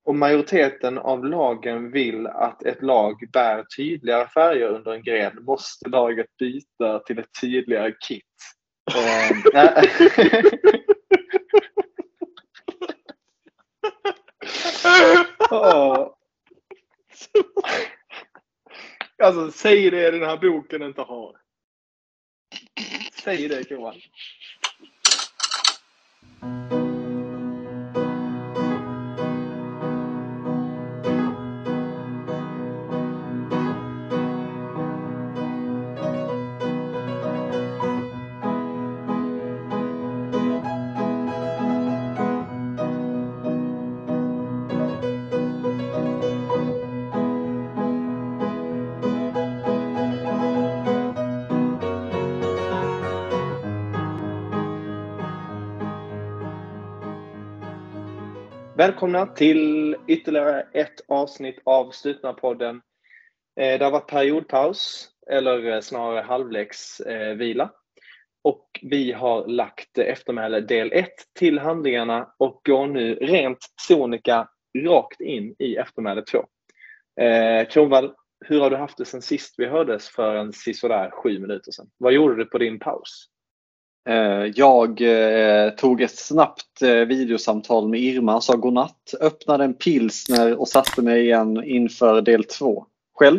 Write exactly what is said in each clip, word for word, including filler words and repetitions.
och majoriteten av lagen vill att ett lag bär tydligare färger under en gren, måste laget byta till ett tydligare kit. Eh, oh. Alltså, säg det den här boken inte har. Säg det, Johan. Välkomna till ytterligare ett avsnitt av Slutna-podden. Det har varit periodpaus, eller snarare halvleksvila. Och vi har lagt eftermäle del ett till handlingarna och går nu rent sonika rakt in i eftermäle två. Eh, Kronvall, hur har du haft det sen sist vi hördes för en sådär sju minuter sedan? Vad gjorde du på din paus? Jag eh, tog ett snabbt eh, videosamtal med Irma, sa godnatt, öppnade en pilsner och satte mig igen inför del två. Själv?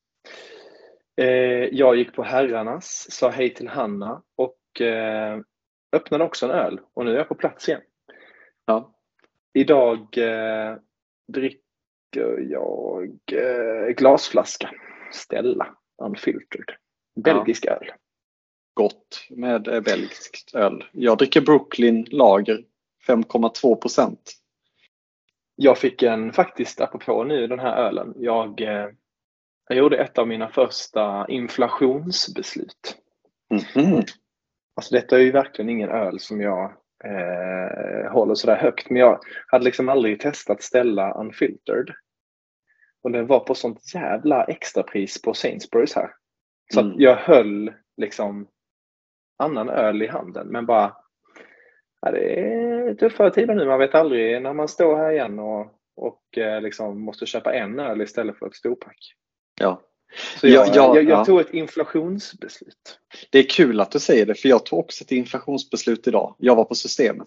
Eh, jag gick på herrarnas, sa hej till Hanna och eh, öppnade också en öl. Och nu är jag på plats igen. Ja. Idag eh, dricker jag eh, glasflaska. Stella, unfiltered. Belgisk ja. öl. Gott med belgiskt öl. Jag dricker Brooklyn lager fem komma två procent. Jag fick en faktiskt apropå nu den här ölen. Jag, eh, jag gjorde ett av mina första inflationsbeslut. Mm-hmm. Alltså detta är ju verkligen ingen öl som jag eh, håller så där högt. Men jag hade liksom aldrig testat Stella unfiltered. Och den var på sånt jävla extrapris på Sainsbury's här. Så mm. att jag höll liksom annan öl i handen, men bara ja, det är tuffare tider nu, man vet aldrig när man står här igen och, och eh, liksom måste köpa en öl istället för ett storpack. Ja. Så jag, ja, jag, jag, jag ja. tog ett inflationsbeslut. Det är kul att du säger det, för jag tog också ett inflationsbeslut idag. Jag var på systemet.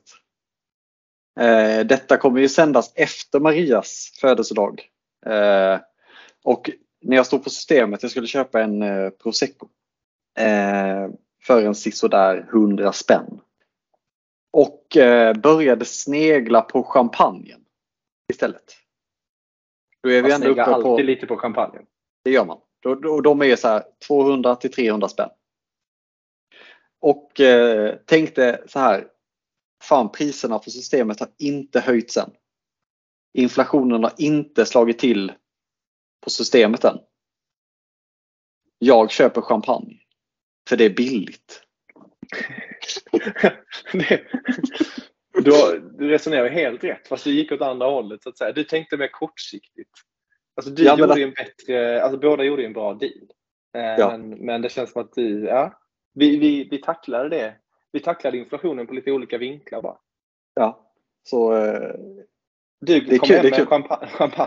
Eh, detta kommer ju sändas efter Marias födelsedag. Eh, och när jag stod på systemet, jag skulle köpa en eh, Prosecco. Eh, för en sisådär hundra spänn. Och eh, började snegla på champagnen istället. Då är vi ändå uppe på alltid lite på champagnen. Det gör man. Då, då, de är så här tvåhundra till trehundra spänn. Och eh, tänkte så här. Fan, priserna på systemet har inte höjt sen. Inflationen har inte slagit till på systemet än. Jag köper champagne. För det är billigt. det, du, du resonerar helt rätt. Fast du gick åt andra hållet så att säga. Du tänkte mer kortsiktigt. Alltså du ja, gjorde ju en bättre. Alltså båda gjorde ju en bra deal. Eh, ja. men, men det känns som att du, ja, vi, vi, vi tacklade det. Vi tacklade inflationen på lite olika vinklar bara. Ja. Så eh, du det kom kul, hem det med en champagne. champagne.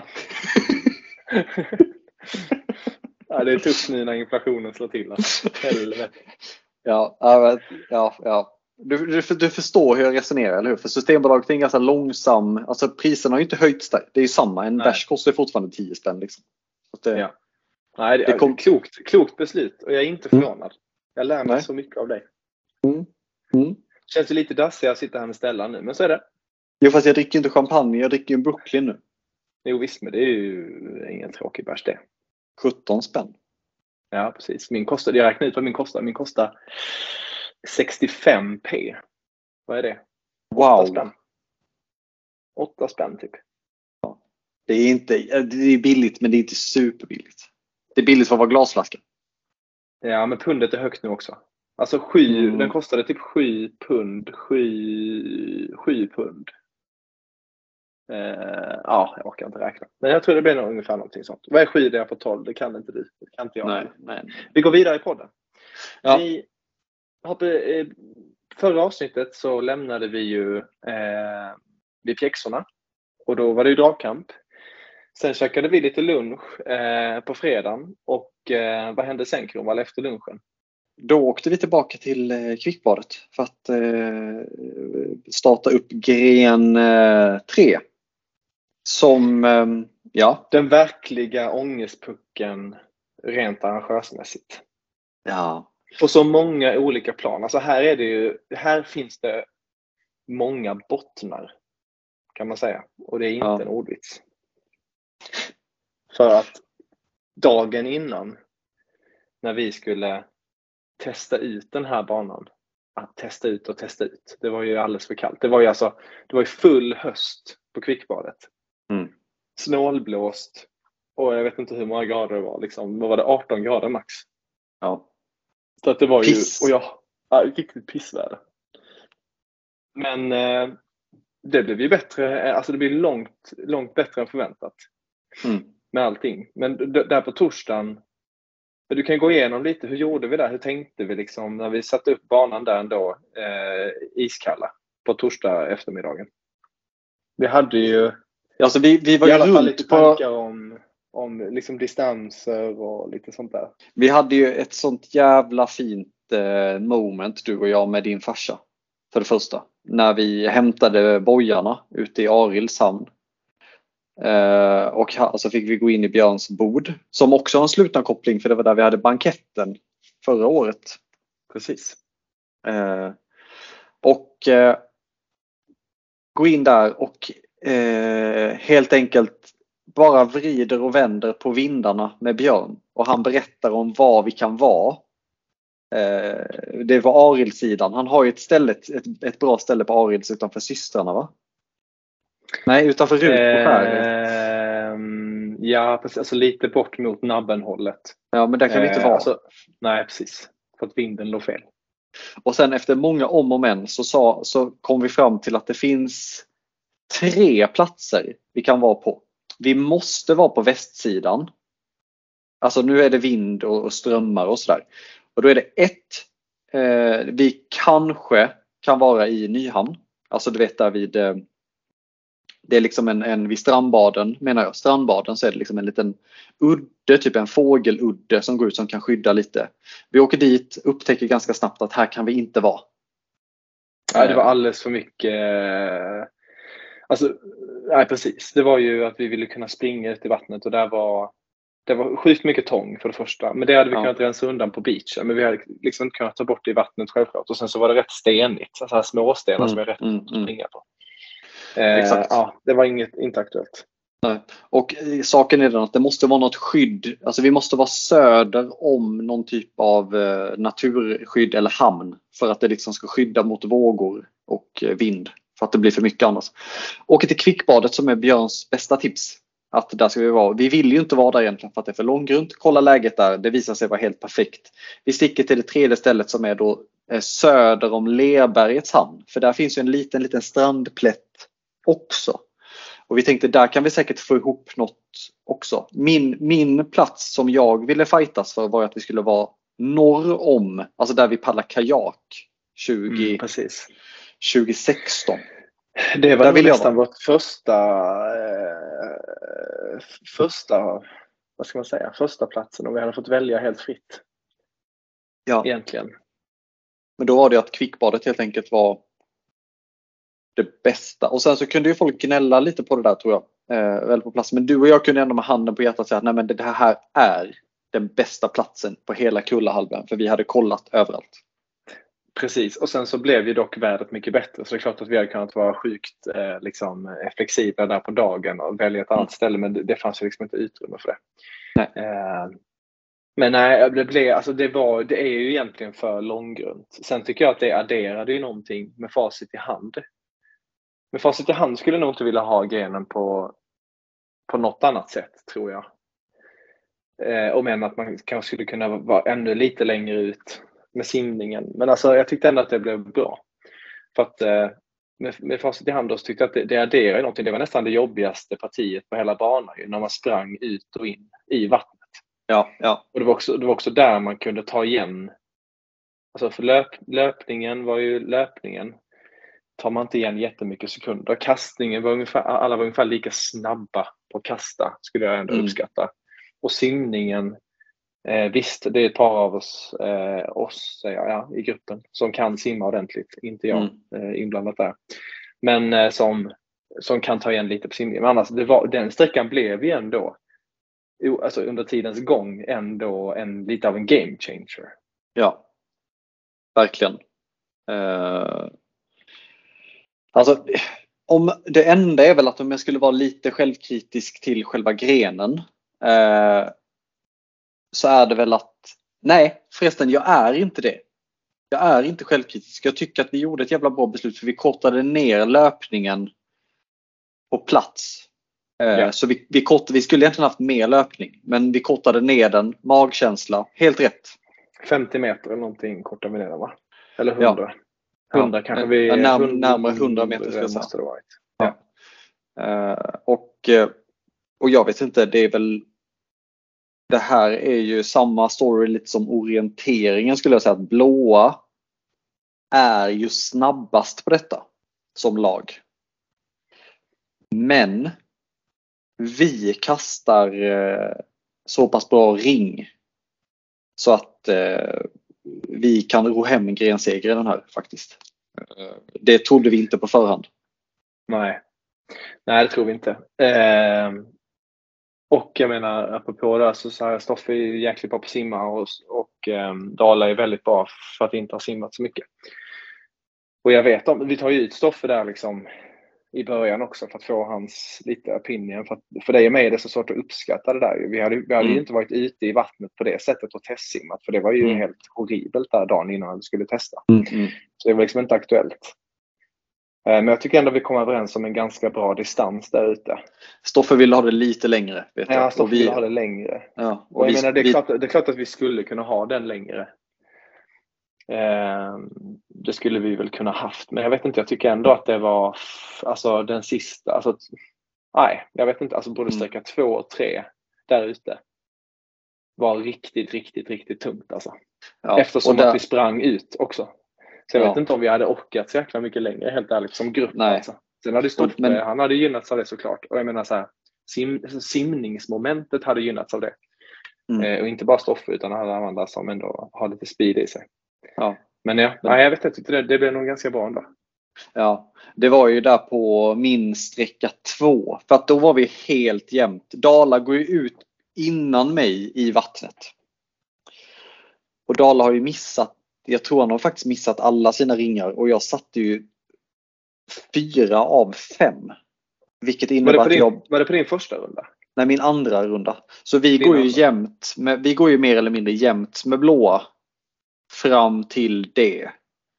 Ja, det är tufft nu när inflationen slår till. Alltså. Helvete. Ja, ja, ja. Du, du, du förstår hur jag resonerar, eller hur? För Systembolaget är en ganska långsam. Alltså priserna har ju inte höjts där. Det är ju samma. En bärs kostar fortfarande tio spänn liksom. Så det, ja. Nej, det, det kom klokt, klokt beslut. Och jag är inte förvånad. Mm. Jag lär mig Nej. så mycket av dig. Mm. Mm. Känns ju lite dassig att sitta här med Stella nu. Men så är det. Jo, fast jag dricker inte champagne. Jag dricker en Brooklyn nu. Jo visst, men det är ju ingen tråkig bärs det. sjutton spänn. Ja, precis. Min kostar, jag räknar ut vad min kostar. Min kostar sextiofem p. Vad är det? Wow. åtta spänn. åtta spänn typ. Ja. Det är inte, det är billigt, men det är inte superbilligt. Det är billigt för att vara glasflaska. Ja, men pundet är högt nu också. Alltså sju, mm. den kostade typ sju pund. Sju, sju pund. Eh, ja, jag orkar inte räkna. Men jag tror det blir nog ungefär någonting sånt. Vad är sju där på tolv? Det kan inte du. Det kan inte jag. Nej, nej. Vi går vidare i podden. Ja. Vi hoppade, förra avsnittet så lämnade vi ju eh, vid pjäxorna. Och då var det ju dragkamp. Sen käkade vi lite lunch eh, på fredagen. Och eh, vad hände sen, Kronwall, efter lunchen? Då åkte vi tillbaka till eh, Kvickbadet för att eh, starta upp gren eh, tre. Som, eh, ja. Den verkliga ångestpucken rent arrangörsmässigt. Ja. På så många olika plan. Alltså här är det ju, här finns det många bottnar, kan man säga. Och det är inte Ja. en ordvits. För att dagen innan, när vi skulle testa ut den här banan, att testa ut och testa ut, det var ju alldeles för kallt. Det var ju alltså, det var ju full höst på Kvickbadet. Mm. Snålblåst. Och jag vet inte hur många grader det var. Liksom, vad var det? arton grader max. Ja. Så att det var Piss. ju, och ja, ja, riktigt pissväder. Men eh, det blev ju bättre, alltså det blev långt, långt bättre än förväntat. Mm. Med allting. Men d- där på torsdagen, du kan gå igenom lite, hur gjorde vi där? Hur tänkte vi liksom när vi satte upp banan där ändå, eh, iskalla, på torsdag eftermiddagen? Vi hade ju Alltså vi, vi var i ju alla fall lite runt på... tankar om, om liksom distanser och lite sånt där. Vi hade ju ett sånt jävla fint eh, moment, du och jag, med din farsa. För det första. När vi hämtade bojarna ute i Arilds hamn. Eh, och så alltså fick vi gå in i Björns bod. Som också har en sluten koppling, för det var där vi hade banketten förra året. Precis. Eh, och eh, gå in där och eh, helt enkelt bara vrider och vänder på vindarna med Björn. Och han berättar om vad vi kan vara. Eh, det var Arilds-sidan. Han har ju ett, ställe, ett, ett bra ställe på Arilds utanför systrarna, va? Nej, utanför Rut på skäret. Eh, ja, precis. Alltså lite bort mot Nabbenhållet. Ja, men där kan vi inte Eh, vara. alltså, nej, precis. För att vinden låg fel. Och sen efter många om och men så, sa, så kom vi fram till att det finns tre platser vi kan vara på. Vi måste vara på västsidan. Alltså nu är det vind och, och strömmar och sådär. Och då är det ett, eh, vi kanske kan vara i Nyhamn. Alltså du vet där vid, eh, det är liksom en, en vid strandbaden, menar jag, strandbaden, så är det liksom en liten udde, typ en fågeludde som går ut som kan skydda lite. Vi åker dit, upptäcker ganska snabbt att här kan vi inte vara. Ja, det var alldeles för mycket. Alltså, nej, precis. Det var ju att vi ville kunna springa ut i vattnet och där var det var sjukt mycket tång för det första. Men det hade vi Ja. kunnat rensa undan på beachen. Men vi hade liksom inte kunnat ta bort det i vattnet självklart. Och sen så var det rätt stenigt. Så här småstenar Mm, som är rätt mm, att springa på. Mm. Exakt. Eh, ja, det var inget, inte aktuellt. Nej. Och saken är den att det måste vara något skydd. Alltså vi måste vara söder om någon typ av eh, naturskydd eller hamn. För att det liksom ska skydda mot vågor och eh, vind. För att det blir för mycket annars. Åker till Kvickbadet som är Björns bästa tips. Att där ska vi vara. Vi vill ju inte vara där egentligen för att det är för långgrunt. Kolla läget där. Det visar sig vara helt perfekt. Vi sticker till det tredje stället som är då eh, söder om Lerbergets hamn. För där finns ju en liten, liten strandplätt också. Och vi tänkte där kan vi säkert få ihop något också. Min, min plats som jag ville fightas för var att vi skulle vara norr om. Alltså där vi paddlar kajak. tjugo, Mm, precis. tjugo sexton. Det var Där vill jag nästan vara. vårt första, eh, första, vad ska man säga, första platsen. Och vi hade fått välja helt fritt. Ja. Egentligen. Men då var det att Kvickbadet helt enkelt var det bästa. Och sen så kunde ju folk gnälla lite på det där, tror jag. Eh, väl på plats. Men du och jag kunde ändå med handen på hjärtat säga att nej, men det här är den bästa platsen på hela Kullahalvön. För vi hade kollat överallt. Precis, och sen så blev ju dock vädret mycket bättre. Så det är klart att vi hade kunnat vara sjukt eh, liksom, flexibla där på dagen och välja ett annat mm. ställe. Men det, det fanns ju liksom inte utrymme för det. Nej. Eh, men nej, det, blev, alltså det, var, det är ju egentligen för långgrunt. Sen tycker jag att det adderade ju någonting med facit i hand. Med facit i hand skulle jag nog inte vilja ha grenen på, på något annat sätt, tror jag. Eh, om än att man kanske skulle kunna vara ännu lite längre ut med simningen. Men alltså jag tyckte ändå att det blev bra. För att eh, med, med facit i hand så tyckte jag att det, det adderade någonting. Det var nästan det jobbigaste partiet på hela banan ju, när man sprang ut och in i vattnet. Ja, ja. Och det var också, det var också där man kunde ta igen. Alltså för löp, löpningen var ju löpningen. tar man inte igen jättemycket sekunder. Kastningen var ungefär, alla var ungefär lika snabba på att kasta, skulle jag ändå mm. uppskatta. Och simningen, eh, visst det är ett par av oss, eh, oss säger jag, ja, i gruppen som kan simma ordentligt, inte jag mm. eh, inblandat där. Men eh, som, som kan ta igen lite på simningen. Men annars, det var, den sträckan blev ju ändå, alltså under tidens gång, ändå en, lite av en game changer. Ja, verkligen. Uh... Alltså, om det enda är väl att om jag skulle vara lite självkritisk till själva grenen eh, så är det väl att, nej förresten jag är inte det. Jag är inte självkritisk. Jag tycker att vi gjorde ett jävla bra beslut för vi kortade ner löpningen på plats. Eh, ja. Så vi, vi, kort, vi skulle egentligen haft mer löpning, men vi kortade ner den, magkänsla, helt rätt. femtio meter eller någonting kortade vi ner den, va? Eller hundra. Ja. hundra ja, kanske vi när, närmare hundra meter skulle måste det varit. Ja. Ja. Uh, och, och jag vet inte, det är väl det här är ju samma story lite som orienteringen skulle jag säga, att blåa är ju snabbast på detta som lag. Men vi kastar uh, så pass bra ring så att uh, vi kan ro hem en grenseger i den här faktiskt. Det trodde vi inte på förhand. Nej, Nej det tror vi inte. Eh, och jag menar, apropå det så är Stoffe jäkligt bra på att simma och, och eh, Dala är väldigt bra för att inte ha simmat så mycket. Och jag vet om, vi tar ju ut Stoffe där liksom i början också för att få hans lite opinion. För, att, för dig och mig är det så svårt att uppskatta det där. Vi hade, vi hade mm. ju inte varit ute i vattnet på det sättet och testsimmat. För det var ju mm. helt horribelt där dagen innan vi skulle testa. Mm. Så det var liksom inte aktuellt. Men jag tycker ändå vi kom överens om en ganska bra distans där ute. Stoffe ville ha det lite längre. Vet ja, jag. Stoffe vi... ville ha det längre. Ja, och och jag vi... menar, det, är vi... klart, det är klart att vi skulle kunna ha den längre. Eh, det skulle vi väl kunna haft. Men jag vet inte, jag tycker ändå att det var alltså den sista. Alltså, nej, jag vet inte. Alltså både sträcka mm. två och tre där ute var riktigt, riktigt, riktigt tungt. Alltså. Ja, eftersom där... att vi sprang ut också. Så jag ja. vet inte om vi hade orkat så jäkla mycket längre, helt ärligt, som grupp. Nej. Alltså. Sen hade Stoffe, men... han hade gynnats av det såklart. Och jag menar så här, sim, simningsmomentet hade gynnats av det. Mm. Eh, och inte bara Stoffe utan alla andra som ändå har lite speed i sig. Ja. Men ja, men... Nej, jag vet inte, det, det blev nog ganska bra ändå. Ja, det var ju där på min sträcka två. För att då var vi helt jämnt. Dala går ju ut innan mig i vattnet. Och Dala har ju missat, jag tror han har faktiskt missat alla sina ringar. Och jag satte ju fyra av fem. Vilket innebär var det på din, att jag... Var det på din första runda? Nej, min andra runda. Så vi din går ju andra. jämnt. Med, vi går ju mer eller mindre jämnt med blåa. Fram till det.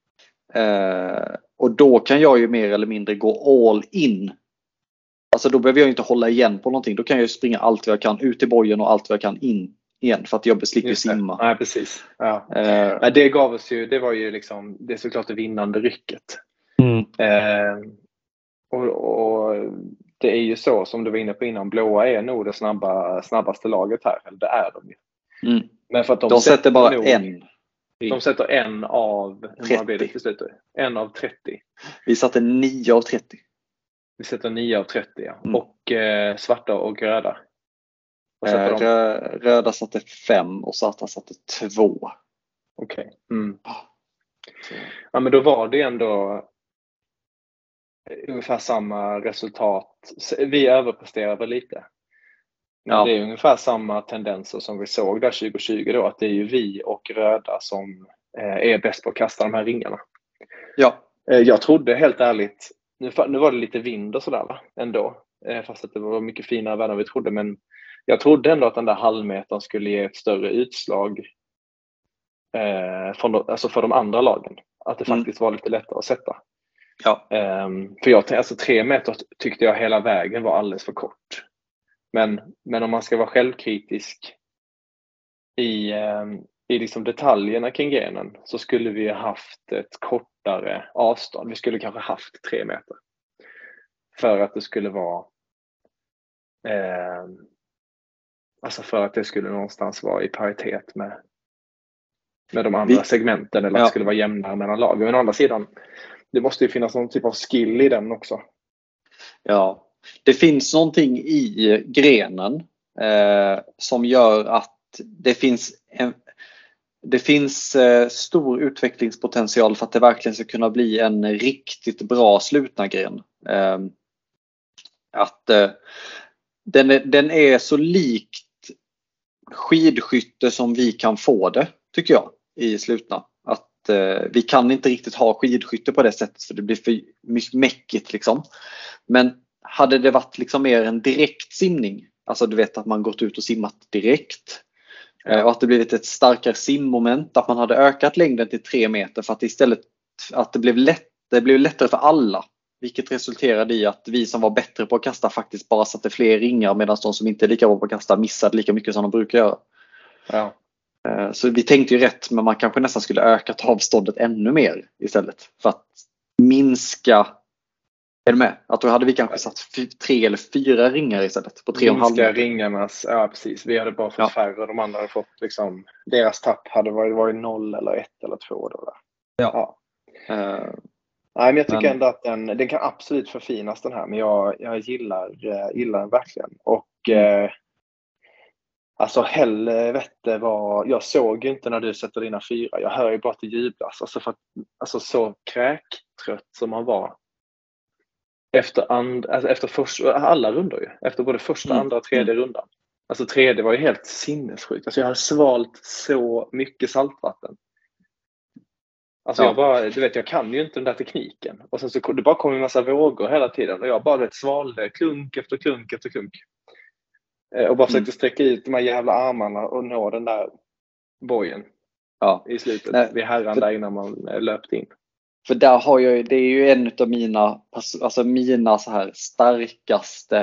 Eh, och då kan jag ju mer eller mindre gå all in. Alltså då behöver jag inte hålla igen på någonting. Då kan jag ju springa allt vad jag kan ut i bojen och allt vad jag kan in igen. För att jag slipper simma. Nej, precis. Ja. Eh. Nej, det gav oss ju, det var ju liksom, det är såklart det vinnande rycket. Mm. Eh, och, och det är ju så som du var inne på innan. Blåa är nog det snabba, snabbaste laget här. Eller det är de ju. Mm. Men för att de, de sätter, sätter bara nog, en. De sätter en av trettio. En av trettio. Vi satte nio av trettio. Vi sätter nio av trettio, ja. Mm. Och eh, svarta och röda. Och eh, rö, röda satte fem och svarta satte två. Okej. Okay. Mm. Ja, men då var det ändå ungefär samma resultat. Vi överpresterade lite. Ja. Det är ungefär samma tendenser som vi såg där tjugo tjugo då. Att det är ju vi och röda som eh, är bäst på att kasta de här ringarna. Ja. Eh, jag trodde helt ärligt, nu, nu var det lite vind och sådär va? Ändå. Eh, fast att det var mycket finare väder än vi trodde. Men jag trodde ändå att den där halvmetern skulle ge ett större utslag eh, från de, alltså för de andra lagen. Att det mm. faktiskt var lite lättare att sätta. Ja. Eh, för jag, alltså tre meter tyckte jag hela vägen var alldeles för kort. Men, men om man ska vara självkritisk i, eh, i liksom detaljerna kring grenen så skulle vi ha haft ett kortare avstånd. Vi skulle kanske haft tre meter. För att det skulle vara eh, alltså för att det skulle någonstans vara i paritet med, med de andra vi, segmenten eller att ja. det skulle vara jämnare mellan lag. Men å andra sidan, det måste ju finnas någon typ av skill i den också. Ja, det finns någonting i grenen eh, som gör att det finns en, det finns eh, stor utvecklingspotential för att det verkligen ska kunna bli en riktigt bra slutna gren. Eh, att eh, den, är, den är så likt skidskytte som vi kan få det, tycker jag, i slutna. Att eh, vi kan inte riktigt ha skidskytte på det sättet för det blir för mäckigt liksom. Men hade det varit liksom mer en direkt simning, alltså du vet att man gått ut och simmat direkt, ja. Och att det blivit ett starkare simmoment, att man hade ökat längden till tre meter för att istället att det blev, lätt, det blev lättare för alla, vilket resulterade i att vi som var bättre på att kasta faktiskt bara satte fler ringar medan de som inte är lika bra på att kasta missade lika mycket som de brukar göra. Ja. Så vi tänkte ju rätt, men man kanske nästan skulle öka avståndet ännu mer istället för att minska. Är du med? Att då hade vi kanske satt tre eller fyra ringar istället på tre och en halv meter. Ringarnas, ja precis. Vi hade bara fått ja. färre och de andra hade fått liksom, deras tapp hade varit, varit noll eller ett eller två då. Där. Ja. ja. Uh, Nej, men jag tycker men... ändå att den, den kan absolut förfinas den här, men jag, jag gillar, gillar den verkligen. Och mm. eh, alltså helvete vad, jag såg ju inte när du sätter dina fyra. Jag hör ju bara att det jublas. Alltså, för att, alltså så kräktrött som man var. Efter, and, alltså efter första, alla rundor ju. Efter både första, mm. andra och tredje mm. rundan. Alltså tredje var ju helt sinnessjukt. Alltså jag hade svalt så mycket saltvatten. Alltså ja. jag bara, du vet, jag kan ju inte den där tekniken. Och sen så det bara kom en massa vågor hela tiden. Och jag bara vet, svalde klunk efter klunk efter klunk. Och bara försökte mm. sträcka ut de här jävla armarna och nå den där bojen. Ja. I slutet. Nej, vid herran för... där innan man löpte in. För där har jag, det är ju en av mina, alltså mina så här starkaste,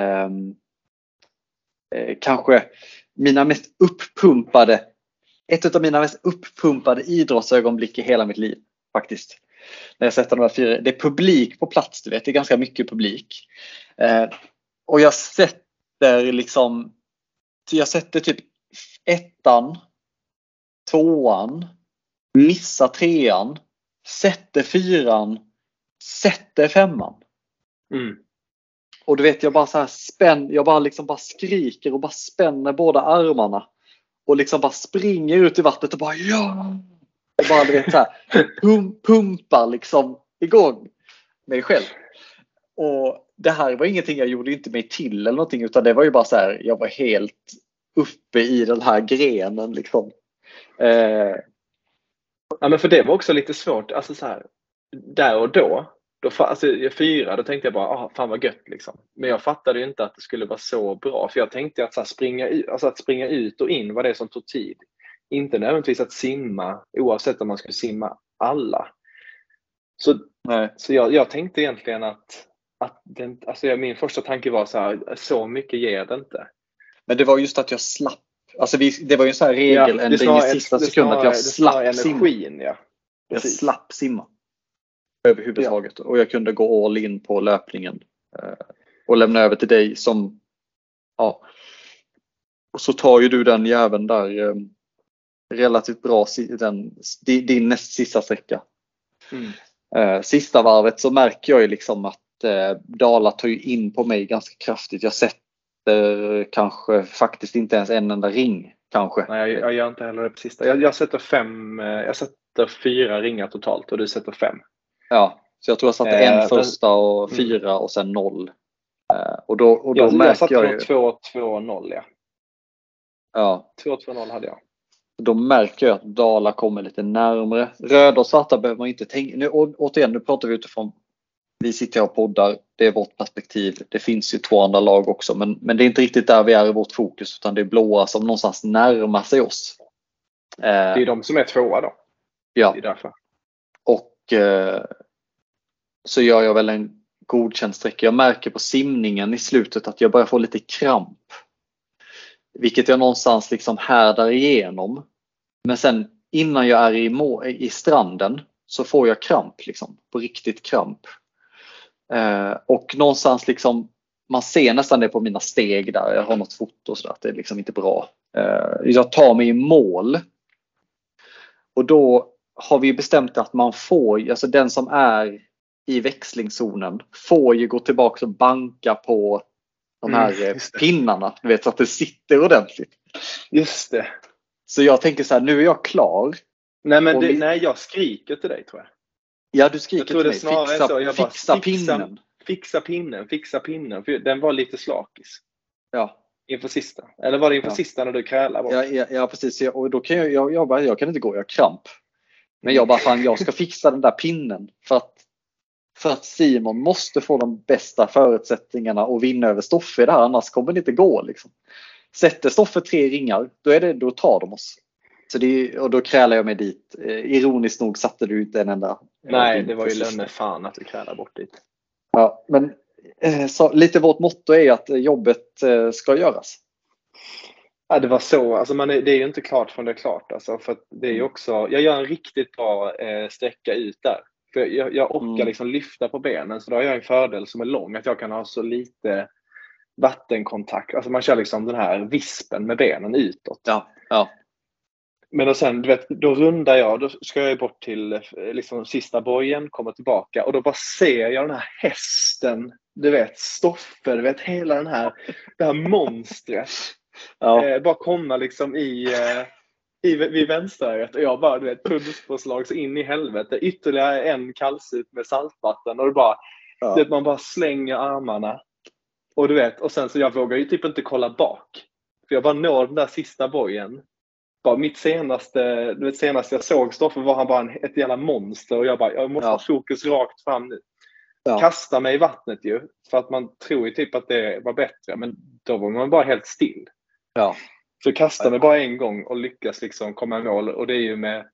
eh, kanske mina mest uppumpade, ett av mina mest uppumpade idrottsögonblick i hela mitt liv faktiskt. När jag sätter de här fyra, det är publik på plats, du vet, det är ganska mycket publik. Eh, och jag sätter liksom, jag sätter typ ettan, tvåan, missar trean, sätter fyran, sätter femman. Mm. Och du vet, jag bara så här spänn, jag bara liksom bara skriker och bara spänner båda armarna och liksom bara springer ut i vattnet och bara ja, och bara du vet så här pum, pumpar liksom igång mig själv. Och det här var ingenting jag gjorde inte mig till eller någonting, utan det var ju bara så här, jag var helt uppe i den här grenen liksom. Eh, Ja, men för det var också lite svårt, alltså så här, där och då, då alltså jag fyra, då tänkte jag bara, ah, fan vad gött liksom. Men jag fattade ju inte att det skulle vara så bra, för jag tänkte att så här, springa ut, alltså att springa ut och in var det som tog tid. Inte nödvändigtvis att simma, oavsett om man skulle simma alla. Så, Nej. så jag, jag tänkte egentligen att, att den, alltså jag, min första tanke var så här, så mycket ger det inte. Men det var just att jag slapp. Alltså vi, det var ju en sån här regel ja, ändå i sista sekunden att jag slapp simma. Ja. Jag slapp simma överhuvudtaget. Ja. Och jag kunde gå all in på löpningen. Eh, och lämna över till dig som, ja. Och så tar ju du den jäveln där eh, relativt bra, den, din näst sista sträcka. Mm. Eh, sista varvet så märker jag ju liksom att eh, Dala tar ju in på mig ganska kraftigt. Jag sett kanske faktiskt inte ens en enda ring kanske. Nej, jag, jag gör inte heller det på sista. Jag, jag sätter fem, jag sätter fyra ringar totalt och du sätter fem. Ja, så jag tror jag satte en eh, första och fyra mm. och sen noll. Eh, och då, och då jag, märker jag satte jag ju... två, två, noll, ja. Ja. två, två, noll hade jag. Då märker jag att Dala kommer lite närmare. Röda och svarta behöver man inte tänka. Nu, å, återigen, nu pratar vi utifrån. Vi sitter här och poddar, det är vårt perspektiv. Det finns ju två andra lag också, men, men det är inte riktigt där vi är i vårt fokus, utan det är blåa som någonstans närmar sig oss. Det är de som är tvåa då. Ja. Det är därför. Och eh, så gör jag väl en godkänd sträcka. Jag märker på simningen i slutet att jag börjar få lite kramp. Vilket jag någonstans liksom härdar igenom. Men sen innan jag är i, må- i stranden så får jag kramp liksom, på riktigt kramp. Eh, och någonstans liksom, man ser nästan det på mina steg där, jag har något foto så att det är liksom inte bra. Eh, jag tar mig i mål. Och då har vi bestämt att man får, alltså den som är i växlingszonen får ju gå tillbaka och banka på de här Mm, pinnarna. Du vet, så att det sitter ordentligt. Just det. Så jag tänker så här, nu är jag klar. Nej, men det, vi... nej, jag skriker till dig tror jag. Ja, du skriker jag tror till det mig. Fixa, så. Jag fixa, bara, fixa pinnen. Fixa pinnen, fixa pinnen. För den var lite slakis. Ja. Inför sista. Eller var det inför ja. sista när du krälar bort? Ja, ja, ja precis. Och då kan jag, jag, jag, bara, jag kan inte gå, jag har kramp. Men jag bara, fan, jag ska fixa den där pinnen. För att, för att Simon måste få de bästa förutsättningarna att vinna över Stoffe där. Annars kommer det inte gå. Liksom. Sätter Stoffe tre ringar, då, är det, då tar de oss. Så det, och då krälar jag mig dit. Ironiskt nog satte du ut en enda. Nej, det var ju lönne fan att du krälar bort dit. Ja, men så, lite vårt motto är att jobbet ska göras. Ja, det var så. Alltså man är, det är ju inte klart från det är klart. Alltså, för det är ju också, jag gör en riktigt bra eh, sträcka ut där. För jag, jag orkar Mm. liksom lyfta på benen. Så då har jag en fördel som är lång. Att jag kan ha så lite vattenkontakt. Alltså man kör liksom den här vispen med benen utåt. Ja, ja. Men och sen, du vet, då rundar jag. Då ska jag bort till liksom, sista bojen. Kommer tillbaka. Och då bara ser jag den här hästen. Du vet, Stoffe. Du vet, hela den här, det här monstret. Ja. Eh, bara komma liksom i, eh, i vid vänsterögat och jag bara, du vet, pulspåslag så in i helvete. Ytterligare en kallsup med saltvatten och det bara, Ja. det, man bara slänger armarna. Och du vet, och sen så jag vågar ju typ inte kolla bak. För jag bara når den där sista bojen. Bara mitt senaste, du vet, senaste jag såg Stoffe var han bara en, ett jävla monster och jag bara, jag måste Ja. ha fokus rakt fram nu. Ja. Kasta mig i vattnet ju. För att man tror ju typ att det var bättre. Men då var man bara helt still. Ja. Så kasta mig bara en gång och lyckas liksom komma i mål. Och det är ju med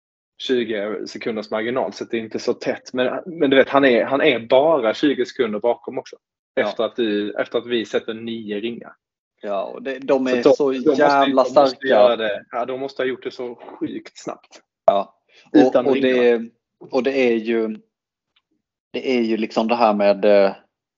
tjugo sekunders marginal. Så det är inte så tätt. Men, men du vet, han är, han är bara tjugo sekunder bakom också. Ja. Efter, att du, efter att vi sätter nio ringar. Ja, och det, de är så, så, då, då jävla måste, då måste starka. det, ja, de måste ha gjort det så sjukt snabbt. Ja. Utan Och, och, det, och det är ju det är ju liksom det här med eh,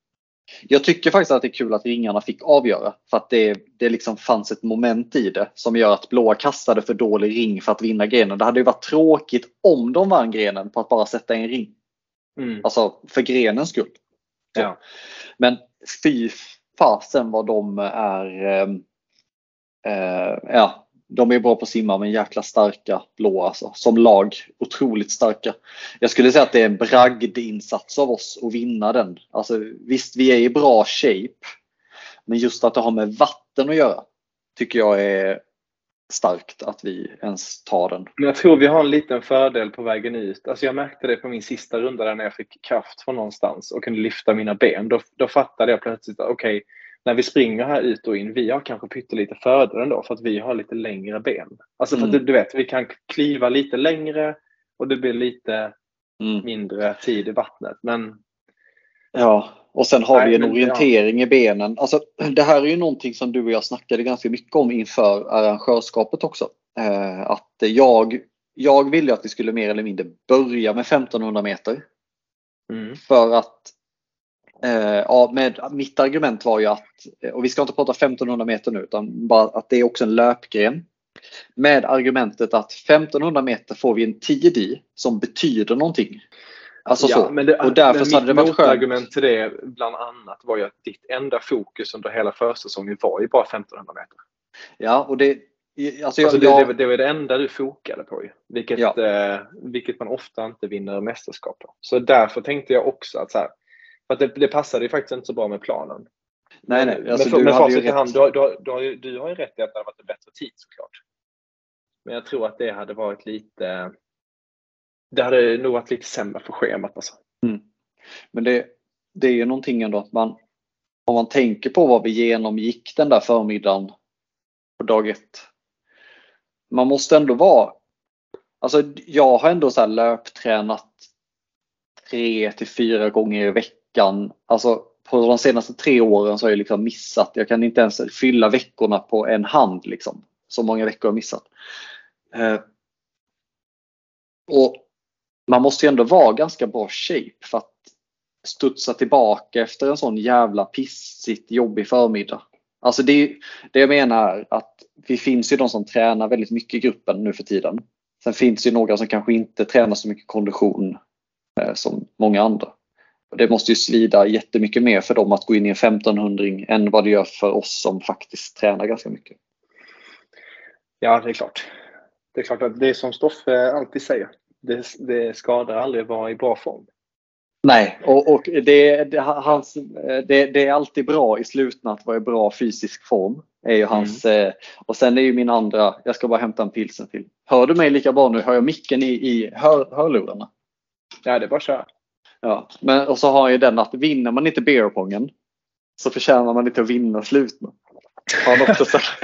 jag tycker faktiskt att det är kul att ringarna fick avgöra. För att det, det liksom fanns ett moment i det som gör att blåa kastade för dålig ring för att vinna grenen. Det hade ju varit tråkigt om de vann grenen på att bara sätta en ring. Mm. Alltså för grenens skull. Ja. Men fy fasen vad de är eh, eh, ja, de är bra på att simma men jäkla starka blå alltså. Som lag otroligt starka. Jag skulle säga att det är en bragdinsats av oss att vinna den. Alltså visst, vi är i bra shape. Men just att det har med vatten att göra tycker jag är starkt att vi ens tar den. Men jag tror vi har en liten fördel på vägen ut. Alltså jag märkte det på min sista runda där när jag fick kraft från någonstans och kunde lyfta mina ben. Då, då fattade jag plötsligt att okej, okay, när vi springer här ut och in, vi har kanske pyttelite fördel ändå för att vi har lite längre ben. Alltså för att mm. du, du vet, vi kan kliva lite längre och det blir lite mm. mindre tid i vattnet. Men ja, och sen har Nej, vi en men, orientering ja. i benen. Alltså, det här är ju någonting som du och jag snackade ganska mycket om inför arrangörskapet också. Eh, att jag, jag ville att vi skulle mer eller mindre börja med femtonhundra meter. Mm. För att eh, ja, med, mitt argument var ju att, och vi ska inte prata femtonhundra meter nu utan bara att det är också en löpgren. Med argumentet att femtonhundra meter får vi en tid i som betyder någonting. Alltså ja, så. Men det, och därför men så hade det varit skönt. argument till det bland annat var ju att ditt enda fokus under hela försäsongen var ju bara femtonhundra meter. Ja, och det alltså, alltså jag, det, det, det var det enda du fokade på ju. Vilket, ja. eh, vilket man ofta inte vinner mästerskap på. Så därför tänkte jag också att så här, för att det, det passade ju faktiskt inte så bra med planen. Nej, nej. Men, alltså, men, du men hade ju rätt. Hand, du, rätt. du, du, du, du har ju rätt i att det hade varit en bättre tid såklart. Men jag tror att det hade varit lite det hade nog varit lite sämre för schemat alltså. Mm. Men det, det är ju någonting ändå att man, om man tänker på vad vi genomgick den där förmiddagen på dag ett. Man måste ändå vara, alltså jag har ändå så här löptränat tre till fyra gånger i veckan. Alltså på de senaste tre åren så har jag liksom missat. Jag kan inte ens fylla veckorna på en hand liksom. Så många veckor har jag missat. Eh, och man måste ju ändå vara ganska bra shape för att studsa tillbaka efter en sån jävla pissigt jobbig förmiddag. Alltså det, det jag menar är att vi finns ju de som tränar väldigt mycket i gruppen nu för tiden. Sen finns ju några som kanske inte tränar så mycket kondition eh, som många andra. Det måste ju svida jättemycket mer för dem att gå in i en femtonhundring än vad det gör för oss som faktiskt tränar ganska mycket. Ja, det är klart. Det är klart att det är som Stoffe alltid säger. Det, det skadar aldrig att vara i bra form. Nej, och, och det, det, hans, det, det är alltid bra i slutna att vara i bra fysisk form. Är ju hans, mm. Och sen är ju min andra, jag ska bara hämta en pilsen till. Hör du mig lika bra nu? Hör jag micken i, i hör, hörlurarna? Ja, det är bara att köra. Ja, men, och så har jag den att vinner man inte beerpongen så förtjänar man inte att vinna slutna. Har han också sagt.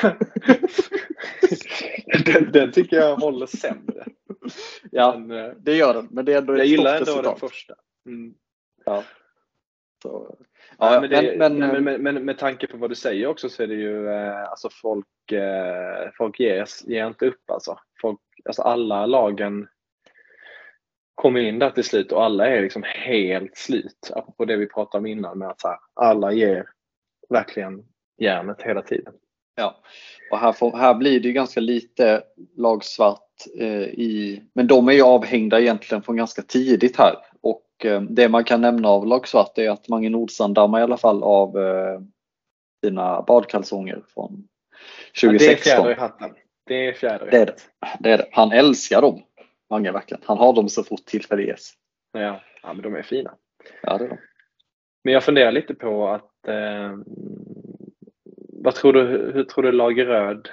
den, den tycker jag håller sämre. Ja, men, det gör den. Men det är ändå jag gillar ändå den första. Mm. Ja. Så, ja, ja, men, det, men, men, men, men med tanke på vad du säger också så är det ju eh, alltså folk, eh, folk ger, ger inte upp. Alltså. Folk, alltså alla lagen kommer in där till slut och alla är liksom helt slut. Apropå det vi pratade om innan med att så här, alla ger verkligen järnet hela tiden. Ja, och här, får, här blir det ju ganska lite lagsvart eh, i, men de är ju avhängda egentligen från ganska tidigt här. Och eh, det man kan nämna av lagsvart är att Mange Nordstrand dammar i alla fall av eh, sina badkalsonger från tjugohundrasexton. Ja, det är fjäder i hatten. Det är fjäder i det är det. det är det. Han älskar dem, Mange verkligen. Han har dem så fort tillfälle ges. Ja, ja, men de är fina. Ja, det är de. Men jag funderar lite på att eh, vad tror du, hur tror du Lageröd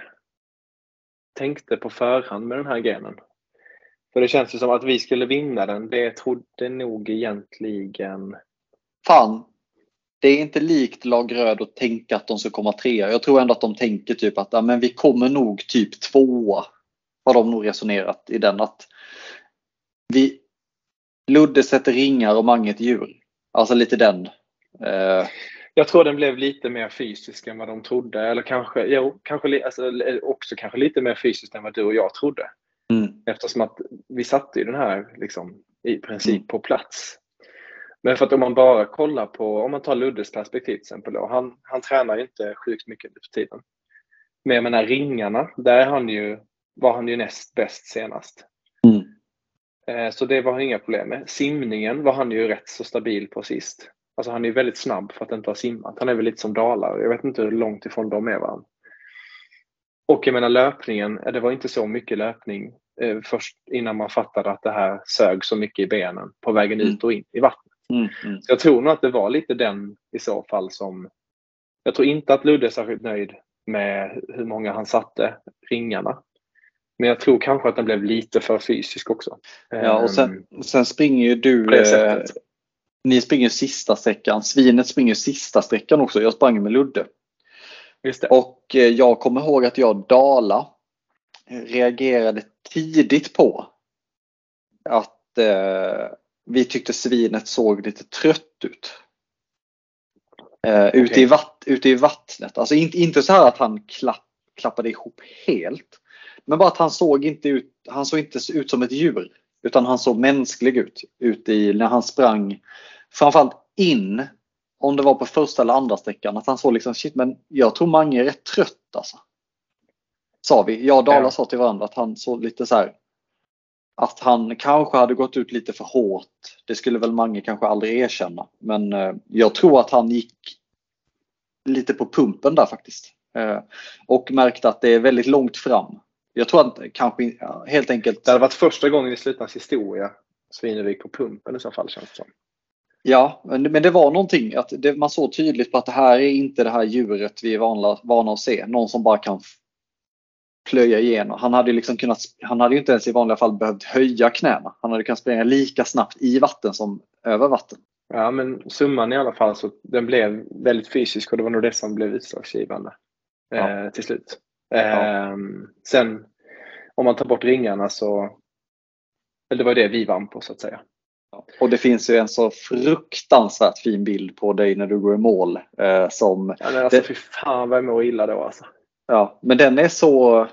tänkte på förhand med den här grenen? För det känns ju som att vi skulle vinna den. Det trodde nog egentligen... Fan, det är inte likt Lageröd att tänka att de ska komma trea. Jag tror ändå att de tänker typ att ja, men vi kommer nog typ tvåa. Har de nog resonerat i den att vi Ludde sätter ringar och Mange ett djur. Alltså lite den... Eh, Jag tror den blev lite mer fysisk än vad de trodde. Eller kanske, jo, kanske alltså, också kanske lite mer fysiskt än vad du och jag trodde. Mm. Eftersom att vi satte ju den här liksom, i princip mm. på plats. Men för att om man bara kollar på, om man tar Luddes perspektiv till exempel. Då, han, han tränar ju inte sjukt mycket för tiden. Men jag menar ringarna, där han ju, var han ju näst bäst senast. Mm. Eh, så det var inga problem med. Simningen var han ju rätt så stabil på sist. Alltså han är väldigt snabb för att inte ha simmat. Han är väl lite som dalar. Jag vet inte hur långt ifrån de är varandra. Och jag menar löpningen, det var inte så mycket löpning eh, först innan man fattade att det här sög så mycket i benen på vägen mm. ut och in i vattnet. Mm, mm. Så jag tror nog att det var lite den i så fall som... Jag tror inte att Ludde är särskilt nöjd med hur många han satte ringarna. Men jag tror kanske att den blev lite för fysisk också. Ja, och sen, sen springer ju du... Eh, ni springer sista sträckan. Svinet springer sista sträckan också. Jag sprang med Ludde. Just det. Och eh, jag kommer ihåg att jag Dala reagerade tidigt på att eh, vi tyckte Svinet såg lite trött ut. Eh, okay. ute, i vatt, ute i vattnet. Alltså inte, inte så här att han klapp, klappade ihop helt. Men bara att han såg inte ut, han såg inte ut som ett djur. Utan han såg mänsklig ut. Ute i, när han sprang framförallt in. Om det var på första eller andra sträckan. Att han såg liksom, shit men jag tror Mange är rätt trött alltså. Sa vi. Jag och Dala ja. sa till varandra att han såg lite så här. Att han kanske hade gått ut lite för hårt. Det skulle väl Mange kanske aldrig erkänna. Men eh, jag tror att han gick lite på pumpen där faktiskt. Eh, och märkte att det är väldigt långt fram. Jag tror att kanske ja, helt enkelt... Det hade varit första gången i slutans historia Svinevik på pumpen i så fall känns det som. Ja, men det var någonting att det, man såg tydligt på att det här är inte det här djuret vi är vana, vana att se. Någon som bara kan plöja igenom. Han hade, liksom kunnat, han hade ju inte ens i vanliga fall behövt höja knäna. Han hade kunnat springa lika snabbt i vatten som över vatten. Ja, men summan i alla fall så den blev väldigt fysisk och det var nog det som blev utslagsgivande ja. eh, till slut. Eh, ja. Sen om man tar bort ringarna så eller det var det vi vann på så att säga. Ja. Och det finns ju en så fruktansvärt fin bild på dig när du går i mål eh, som ja, men alltså det, fy fan vad jag mår illa då alltså. Ja, men den är så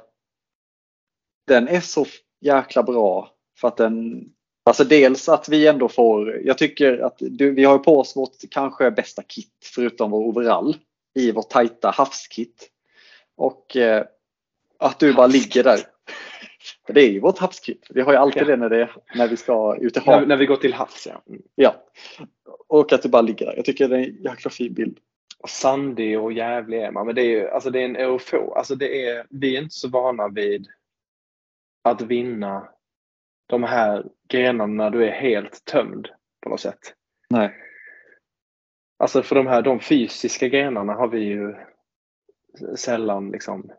den är så jäkla bra för att den alltså dels att vi ändå får jag tycker att du, vi har ju på oss vårt kanske bästa kit förutom vår overall i vårt tajta havskit och eh, att du bara ligger där Det är ju vårt havskryp. Vi har ju alltid Ja. det när, det när vi ska ut i När, havet. när vi går till havs, ja. Mm. Ja. Och att det bara ligger där. Jag tycker det är en jäkla fin bild. Och sandig och jävlig är man. Men det är ju, alltså det är en eufo. Alltså det är, vi är inte så vana vid att vinna de här grenarna när du är helt tömd på något sätt. Nej. Alltså för de här, de fysiska grenarna har vi ju sällan liksom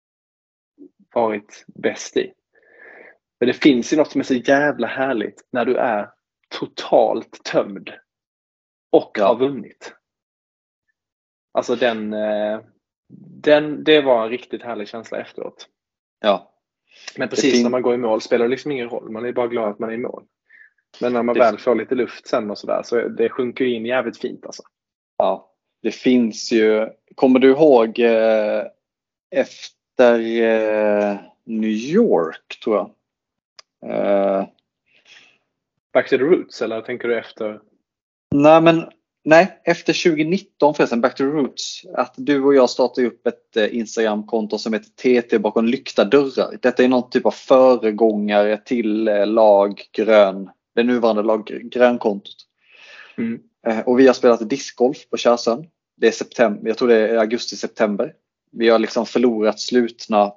varit bäst i. Men det finns ju något som är så jävla härligt när du är totalt tömd och Ja. har vunnit. Alltså den, den, det var en riktigt härlig känsla efteråt. Ja. Men precis fin- när man går i mål spelar det liksom ingen roll. Man är bara glad att man är i mål. Men när man Det- väl får lite luft sen och sådär, så det sjunker in jävligt fint alltså. Ja. Det finns ju, kommer du ihåg eh, efter eh, New York tror jag. Eh, Back to the roots, eller tänker du efter? nej men nej, efter tjugonitton förresten, Back to the Roots, att du och jag startade upp ett eh, Instagram-konto som heter T T bakom lyckta dörrar. Detta är någon typ av föregångare till eh, lag grön, det nuvarande lag grönkontot. Mm. Eh, och vi har spelat discgolf på Kärsön. Det är september, jag tror det är augusti-september. Vi har liksom förlorat slutna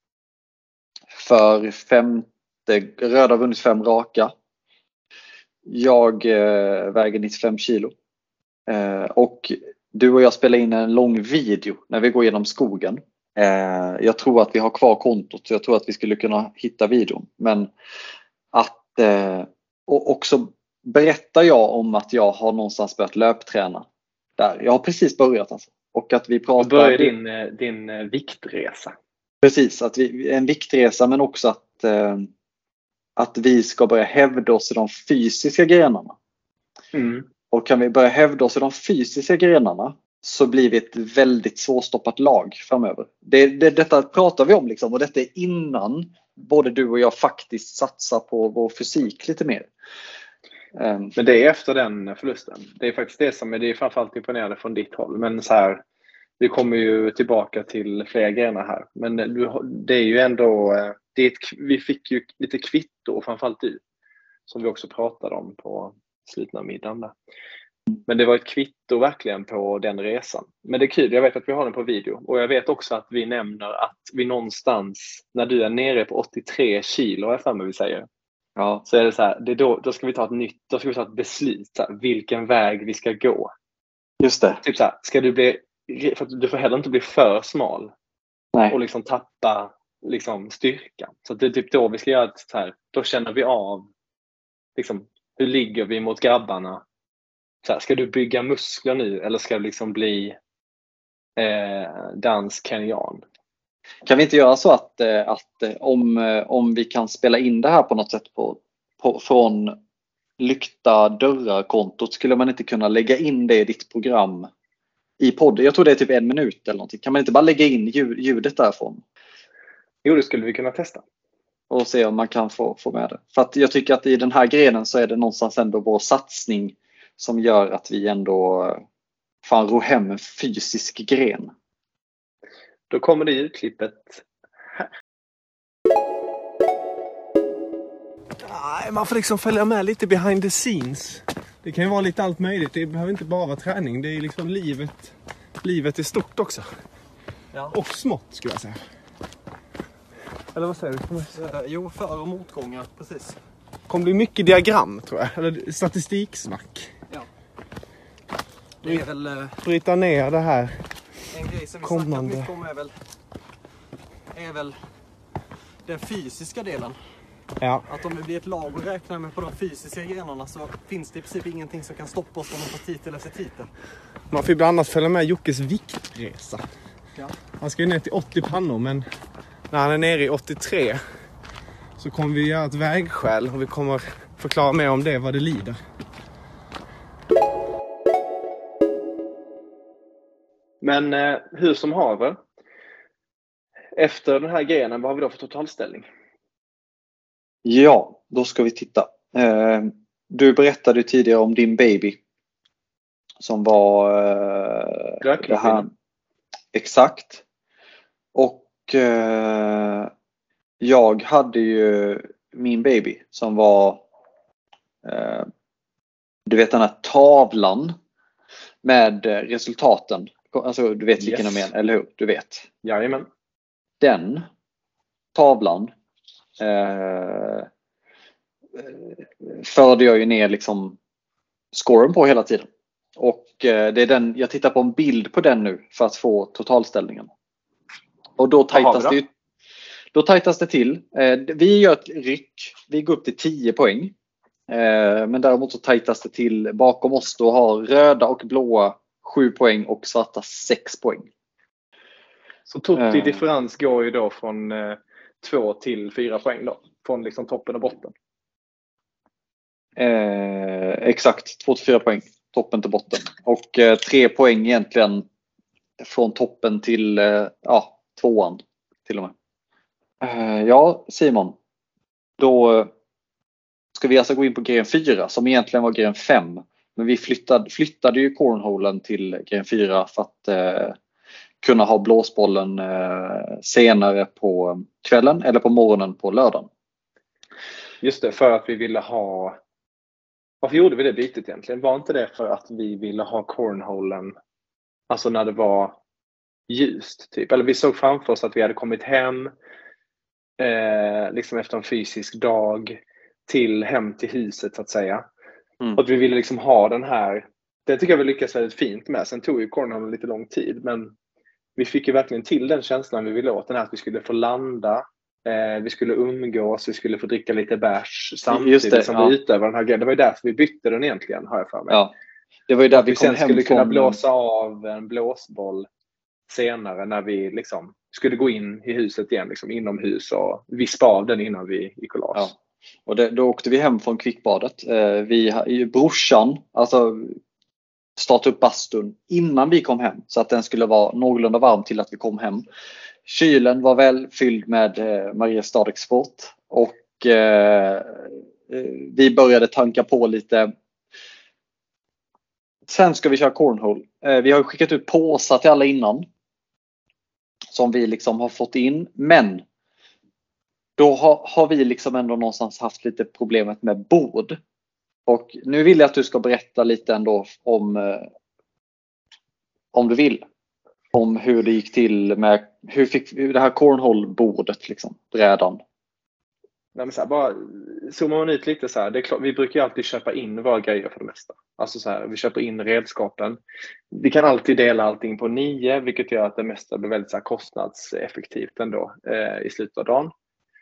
för femte, röda har vunnit fem raka. Jag eh, väger nittiofem kilo. Eh, och du och jag spelar in en lång video när vi går genom skogen. Eh, jag tror att vi har kvar kontot, så jag tror att vi skulle kunna hitta videon. Men att eh, och också berättar jag om att jag har någonstans börjat löpträna. Där. Jag har precis börjat alltså. Och att vi pratar... Och börjar din, din viktresa. Precis, att vi, en viktresa, men också att, eh, att vi ska börja hävda oss i de fysiska grenarna. Mm. Och kan vi börja hävda oss i de fysiska grenarna så blir vi ett väldigt svårstoppat lag framöver. Det, det, detta pratar vi om liksom, och detta är innan både du och jag faktiskt satsar på vår fysik lite mer. Um, Men det är efter den förlusten. Det är faktiskt det som är, det är framförallt imponerande från ditt håll. Men så här, vi kommer ju tillbaka till fler grenar här. Men det är ju ändå, det är ett, vi fick ju lite kvitto, framförallt du, som vi också pratade om på slutna middagen där. Men det var ett kvitto verkligen på den resan. Men det är kul, jag vet att vi har den på video. Och jag vet också att vi nämner att vi någonstans, när du är nere på åttiotre kilo, jag för mig vi säger. Ja. Så är det så här, det är då, då ska vi ta ett nytt, då ska vi ta ett beslut, så här, vilken väg vi ska gå. Just det. Typ så här, ska du bli, för att du får heller inte bli för smal. Nej. Och liksom tappa liksom styrka. Så det är typ då vi ska göra ett så här, då känner vi av liksom, hur ligger vi mot grabbarna? Så här, ska du bygga muskler nu eller ska du liksom bli eh, dansk kenyan? Kan vi inte göra så att, att om, om vi kan spela in det här på något sätt på, på, från lyckta dörrar-kontot, skulle man inte kunna lägga in det i ditt program i podden? Jag tror det är typ en minut eller någonting. Kan man inte bara lägga in ljudet därifrån? Jo, det skulle vi kunna testa. Och se om man kan få, få med det. För att jag tycker att i den här grenen så är det någonstans ändå vår satsning som gör att vi ändå fan ror hem en fysisk gren. Då kommer det ljudklippet här. Man får liksom följa med lite behind the scenes. Det kan ju vara lite allt möjligt. Det behöver inte bara vara träning. Det är liksom livet. Livet är stort också. Ja. Och smått skulle jag säga. Eller vad säger du? Uh, jo, för- och motgångar, precis. Det kommer bli mycket diagram tror jag. Eller statistiksnack. Ja. Det är väl uh, Bryta ner det här. en grej som vi Kommande. snackat mycket om är väl, är väl den fysiska delen. Ja. Att om vi blir ett lag och räknar med på de fysiska grenarna så finns det i princip ingenting som kan stoppa oss från att få titel efter titel. Man får bland annat följa med Jockes viktresa. Ja. Han ska ju ner till åttio pannor, men när han är nere i åttiotre så kommer vi göra ett vägskäl och vi kommer förklara mer om det, vad det lider. Men eh, hur som haver, efter den här grenen, vad har vi då för totalställning? Ja, då ska vi titta. Eh, du berättade tidigare om din baby. Som var eh, det här. Exakt. Och eh, jag hade ju min baby som var eh, du vet den här tavlan med resultaten. Alltså du vet vilken Yes. jag menar, eller hur? Du vet. Jajamän. Den tavlan eh, förde jag ju ner liksom scoren på hela tiden. Och eh, det är den, jag tittar på en bild på den nu för att få totalställningen. Och då tajtas det, då tajtas det till. Eh, vi gör ett ryck, vi går upp till tio poäng. Eh, men däremot så tajtas det till bakom oss. Då har röda och blåa sju poäng och svarta sex poäng. Så Tutti Eh. differens går ju då från eh, två till fyra poäng då. Från liksom toppen och botten. Eh, exakt, två till fyra poäng. Toppen till botten. Och eh, tre poäng egentligen från toppen till eh, ja, tvåan till och med. Eh, ja, Simon. Då ska vi alltså gå in på gren fyra som egentligen var gren fem. Men vi flyttade, flyttade ju cornholen till gren fyra för att eh, kunna ha blåsbollen eh, senare på kvällen eller på morgonen på lördagen. Just det, för att vi ville ha... Varför gjorde vi det bytet egentligen? Var inte det för att vi ville ha cornholen alltså när det var ljust typ? Eller vi såg framför oss att vi hade kommit hem eh, liksom efter en fysisk dag till hem till huset så att säga. Mm. Och att vi ville liksom ha den här, det tycker jag vi lyckas väldigt fint med. Sen tog ju cornholen lite lång tid, men vi fick ju verkligen till den känslan vi ville åt. Den här att vi skulle få landa, eh, vi skulle umgås, vi skulle få dricka lite bärs samtidigt det, som ja. vi utövade den här grejen. Det var ju därför vi bytte den egentligen, har jag för mig. Ja. Det var ju där vi, vi kom sen hem skulle från... kunna blåsa av en blåsboll senare när vi liksom skulle gå in i huset igen, liksom inomhus, och vispa av den innan vi gick och las. Ja. Och det, då åkte vi hem från kvickbadet. Eh, vi, brorsan, alltså startade upp bastun innan vi kom hem. Så att den skulle vara någorlunda varm till att vi kom hem. Kylen var väl fylld med eh, Maria Stadexport. Och eh, vi började tanka på lite. Sen ska vi köra cornhole. Eh, vi har skickat ut påsar till alla innan. Som vi liksom har fått in. Men då har, har vi liksom ändå någonstans haft lite problemet med bord. Och nu vill jag att du ska berätta lite ändå om, eh, om du vill. Om hur det gick till med, hur fick hur det här cornhole-bordet liksom, brädan. Nej, men så här, bara zoomar man ut lite så här, det är klart, vi brukar ju alltid köpa in våra grejer för det mesta. Alltså så här, vi köper in redskapen. Vi kan alltid dela allting på nio, vilket gör att det mesta blir väldigt så här kostnadseffektivt ändå eh, i slutet av dagen.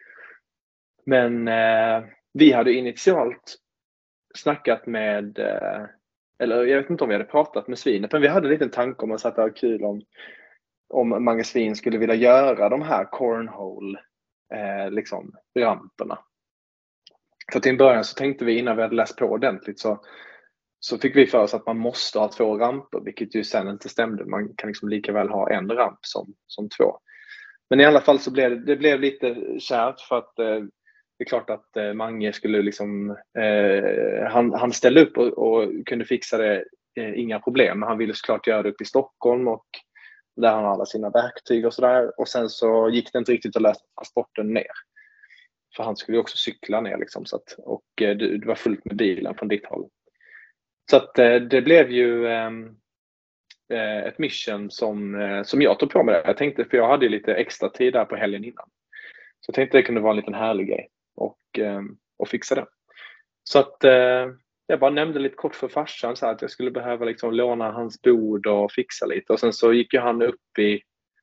Men eh, vi hade initialt snackat med, eh, eller jag vet inte om vi hade pratat med svinet, men vi hade en liten tanke om att sätta kul om, om många svin skulle vilja göra de här cornhole eh, liksom, ramperna. För till en början så tänkte vi, innan vi hade läst på ordentligt, så, så fick vi för oss att man måste ha två ramper, vilket ju sen inte stämde. Man kan liksom lika väl ha en ramp som, som två. Men i alla fall så blev det, det blev lite kärvt för att eh, det är klart att eh, Mange skulle liksom, eh, han, han ställde upp och, och kunde fixa det, eh, inga problem. Men han ville såklart göra det upp i Stockholm och där han har alla sina verktyg och sådär. Och sen så gick det inte riktigt att lösa transporten ner. För han skulle ju också cykla ner liksom, så att, och eh, det, det var fullt med bilen från ditt håll. Så att eh, det blev ju eh, ett mission som, eh, som jag tog på mig. Jag tänkte, för jag hade ju lite extra tid där på helgen innan. Så jag tänkte det kunde vara en liten härlig grej. Och, och fixa det. Så att eh, jag bara nämnde lite kort för farsan så att jag skulle behöva liksom låna hans bord och fixa lite. Och sen så gick ju han upp i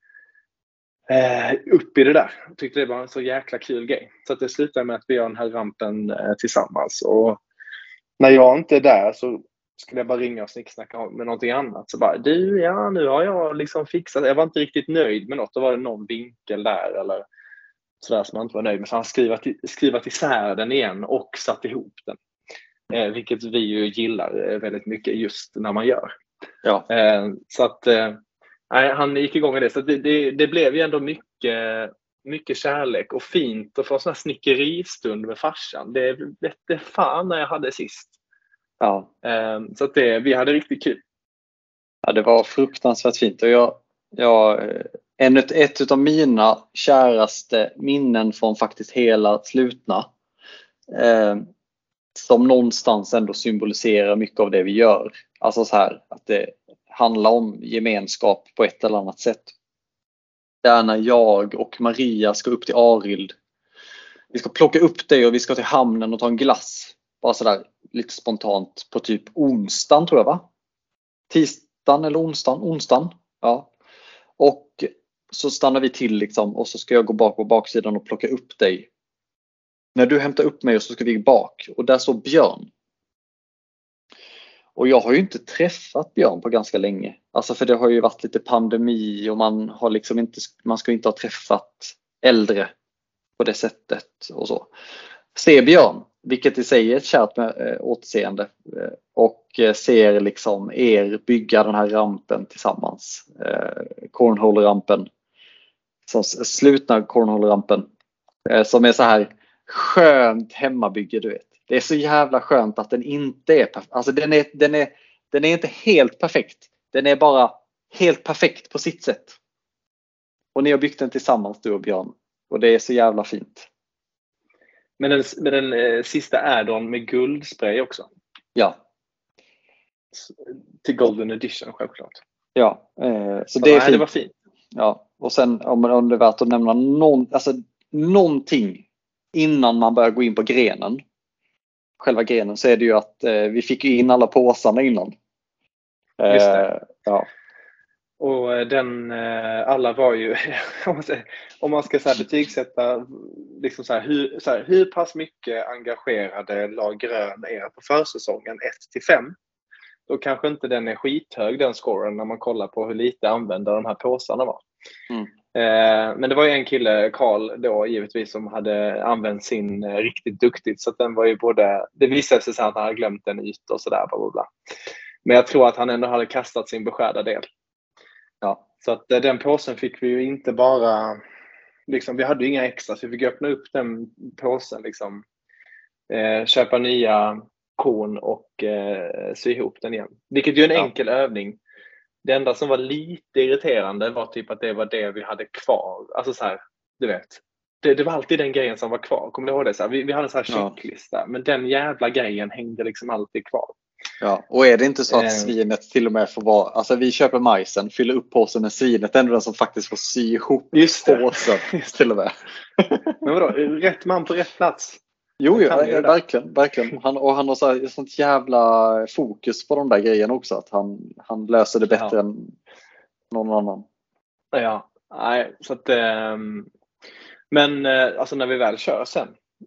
eh, upp i det där. Jag tyckte det var en så jäkla kul grej. Så att det slutade med att vi gör den här rampen eh, tillsammans. Och när jag inte är där så skulle jag bara ringa och snicksnacka med någonting annat. Så bara, du, ja nu har jag liksom fixat. Jag var inte riktigt nöjd med något. Då var det någon vinkel där eller sådär som man inte var nöjd med. Så han skrivit, skrivit isär den igen och satt ihop den. Eh, vilket vi ju gillar eh, väldigt mycket just när man gör. Ja. Eh, så att eh, han gick igång med det. Så det, det, det blev ju ändå mycket, mycket kärlek och fint att få en sån här snickeristund med farsan. Det vet fan när jag hade sist. Ja. Eh, så att det, vi hade riktigt kul. Ja, det var fruktansvärt fint. Och jag, jag En, ett av mina käraste minnen från faktiskt hela slutna. Eh, som någonstans ändå symboliserar mycket av det vi gör. Alltså så här, att det handlar om gemenskap på ett eller annat sätt. Det är när jag och Maria ska upp till Arild. Vi ska plocka upp dig och vi ska till hamnen och ta en glass. Bara sådär lite spontant på typ onsdagen tror jag va? Tisdagen eller onsdagen? Onsdagen, ja. Och så stannar vi till liksom och så ska jag gå bak på baksidan och plocka upp dig. När du hämtar upp mig och så ska vi bak och där står Björn. Och jag har ju inte träffat Björn på ganska länge. Alltså för det har ju varit lite pandemi och man har liksom inte, man ska inte ha träffat äldre på det sättet och så. Se Björn, vilket i sig är ett kärt med, äh, återseende äh, och äh, ser liksom er bygga den här rampen tillsammans. Äh, cornhole-rampen. Som slutna cornhole-rampen. Äh, som är så här skönt hemmabygge, du vet. Det är så jävla skönt att den inte är perfekt. Alltså den är, den är, den är inte helt perfekt. Den är bara helt perfekt på sitt sätt. Och ni har byggt den tillsammans, du och Björn. Och det är så jävla fint. Men den, men den eh, sista add-on med guldspray också. Ja. Till Golden Edition självklart. Ja. Eh, så, så det är nej, fint. Det var fint. Ja. Och sen om, om det är värt att nämna någon, alltså, någonting innan man börjar gå in på grenen. Själva grenen så är det ju att eh, vi fick in alla påsarna innan. Eh, Just det. Ja. Och den, alla var ju, om man ska så här betygsätta liksom så här, hur, så här, hur pass mycket engagerade lag grön är på försäsongen ett till fem. Då kanske inte den är skithög den scoren när man kollar på hur lite använda de här påsarna var. Mm. Eh, men det var ju en kille, Karl då givetvis, som hade använt sin eh, riktigt duktigt. Så att den var ju både, det visade sig så att han hade glömt den ut och sådär. Bla bla bla. Men jag tror att han ändå hade kastat sin beskärda del. Ja, så att den påsen fick vi ju inte bara liksom, vi hade ju inga extra så vi fick öppna upp den påsen liksom, eh, köpa nya korn och eh, sy ihop den igen. Vilket ju är en ja. enkel övning. Det enda som var lite irriterande var typ att det var det vi hade kvar. Alltså så här, du vet. Det, det var alltid den grejen som var kvar. Kommer du ihåg det? Så här, vi, vi hade en sån här checklista, ja. Men den jävla grejen hängde liksom alltid kvar. Ja, och är det inte så att svinet till och med får vara, alltså vi köper majsen, fyller upp påsen med svinet, ändå den som faktiskt får sy ihop just påsen till och med. Men vadå, rätt man på rätt plats? Jo, ja, verkligen, verkligen. Han, och han har så här, sånt jävla fokus på de där grejerna också, att han, han löser det bättre ja. än någon annan. Ja, nej, så att um, men alltså när vi väl kör sen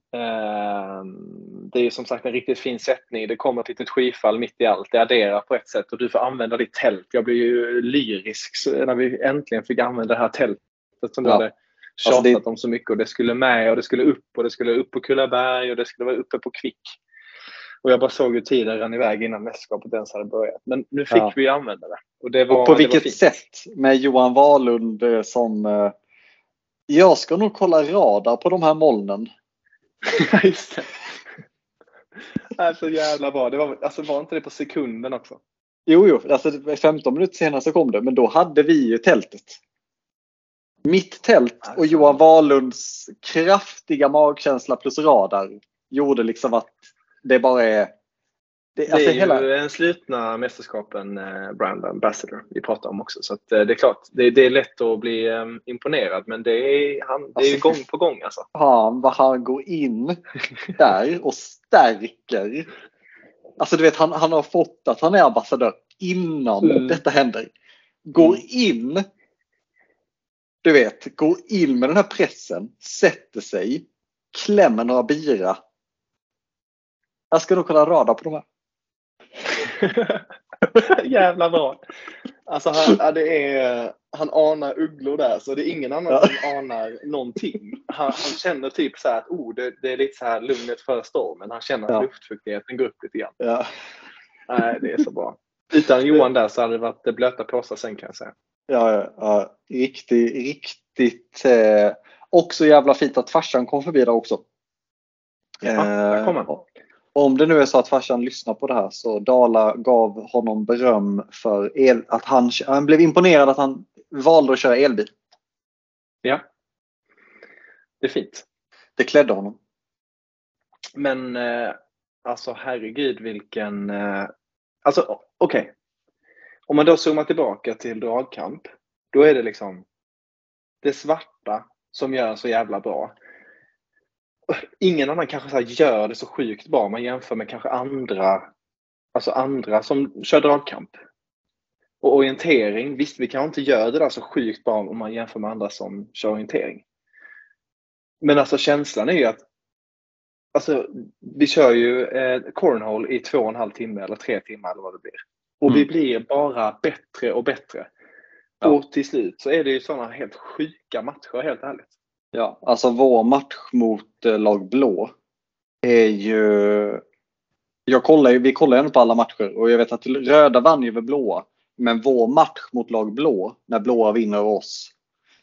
Uh, det är ju som sagt en riktigt fin sättning. Det kommer ett litet skifall mitt i allt. Det adderar på ett sätt och du får använda ditt tält. Jag blev ju lyrisk när vi äntligen fick använda det här tältet som ja. du hade tjatat alltså det... om så mycket. Och det skulle med och det skulle upp och det skulle upp på Kullaberg och det skulle vara uppe på Kvick. Och jag bara såg hur tiden rann iväg innan mästerskapet ens hade börjat. Men nu fick ja. vi använda det. Och, det var, och på det vilket var fint. sätt med Johan Wahlund som uh, jag ska nog kolla radar på de här molnen. Just det. Det är så jävla bra. Det var, alltså var inte det på sekunden också? Jo, jo. Alltså femton minuter senare så kom det. Men då hade vi ju tältet. Mitt tält alltså. Och Johan Wahlunds kraftiga magkänsla plus radar gjorde liksom att det bara är... Det, det alltså är hela... ju en slutna mästerskapen eh, brand ambassador vi pratar om också. Så att, eh, det är klart, det, det är lätt att bli eh, imponerad. Men det är, han, det är alltså, gång på gång. Alltså. Han, vad han går in där och stärker. Alltså du vet, han, han har fått att han är ambassadör innan mm. detta händer. Går in, du vet, går in med den här pressen, sätter sig, klämmer några bira. Jag ska nog kunna rada på de här. Jävla bra. Alltså han, det är, han anar ugglor där så det är ingen annan ja. som anar någonting. Han, han känner typ så här att oh, det, det är lite så här lugnet för stormen. Han känner att ja. luftfuktigheten går upp lite grann. Ja. Nej, det är så bra. Utan Johan där så hade det varit det blöta påsar sen kan jag säga. Ja, ja, ja. Riktigt, riktigt eh, också jävla fint att farsan kom förbi där också. Ja, där kom han. Eh, Om det nu är så att farsan lyssnar på det här så Dala gav honom beröm för el, att han, han blev imponerad att han valde att köra elbil. Ja. Det är fint. Det klädde honom. Men eh, alltså herregud vilken... Eh, alltså okej. Okay. Om man då zoomar tillbaka till dragkamp. Då är det liksom det svarta som gör så jävla bra. Ingen annan kanske så här gör det så sjukt bra. Man jämför med kanske andra, alltså andra som kör dragkamp. Och orientering, visst vi kan inte göra det där så sjukt bra om man jämför med andra som kör orientering. Men alltså känslan är ju att alltså, vi kör ju eh, cornhole i två och en halv timme eller tre timmar eller vad det blir. Och mm. vi blir bara bättre och bättre. Ja. Och till slut så är det ju sådana helt sjuka matcher, helt ärligt. Ja, alltså vår match mot eh, lag blå är ju... Jag kollar ju, vi kollar ju på alla matcher och jag vet att röda vann ju över blåa. Men vår match mot lag blå, när blåa vinner över oss,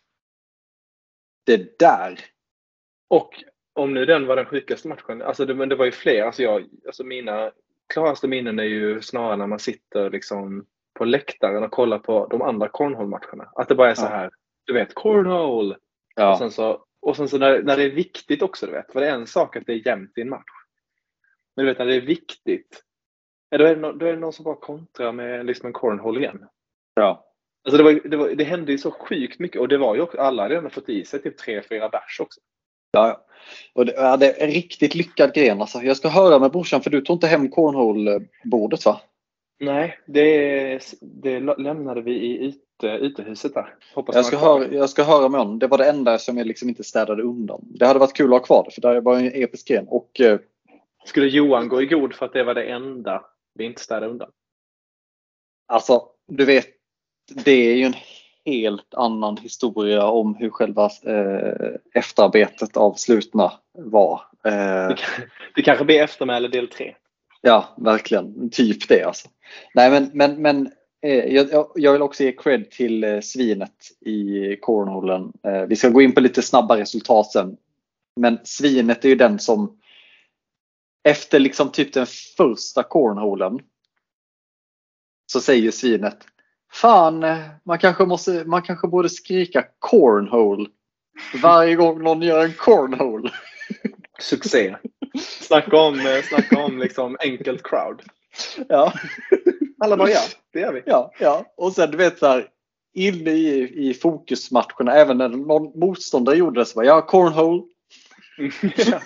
det där. Och om nu den var den sjukaste matchen, alltså det, men det var ju fler. Alltså, jag, alltså mina klaraste minnen är ju snarare när man sitter liksom på läktaren och kollar på de andra cornhole-matcherna. Att det bara är så här, ja. Du vet, cornhole. Ja. Och sen så, och sen så när, när det är viktigt också, du vet. För det är en sak att det är jämnt i en match. Men du vet, när det är viktigt, ja, då, är det no, då är det någon som bara kontrar med liksom en cornhole igen. Ja. Alltså det, var, det, var, det hände ju så sjukt mycket. Och det var ju också, alla hade redan fått i sig typ tre, fyra bärs också. Ja, och det, ja, det är en riktigt lyckad gren. Alltså, jag ska höra med brorsan, för du tog inte hem cornhole-bordet, va? Nej, det, det lämnade vi i ute, utehuset där. Hoppas jag, ska höra, jag ska höra med honom. Det var det enda som jag liksom inte städade undan. Det hade varit kul att ha kvar det, för det var en episk gren. Och, eh, skulle Johan gå i god för att det var det enda vi inte städade undan? Alltså, du vet, det är ju en helt annan historia om hur själva eh, efterarbetet av slutna var. Eh, det, kan, det kanske blir eftermäle del tre. Ja, verkligen. Typ det alltså. Nej, men, men, men eh, jag, jag vill också ge cred till eh, svinet i cornholen. Eh, vi ska gå in på lite snabba resultat sen. Men svinet är ju den som efter liksom typ den första cornholen så säger svinet: fan, man kanske, måste, man kanske borde skrika cornhole varje gång någon gör en cornhole. Succé. Snacka om, snacka om liksom enkelt crowd. Ja. Alla bara, ja, det gör vi. Ja, ja. Och sen du vet så här, inne i, i fokusmatcherna, även när någon motståndare gjorde det, så bara, ja, cornhole. Ja.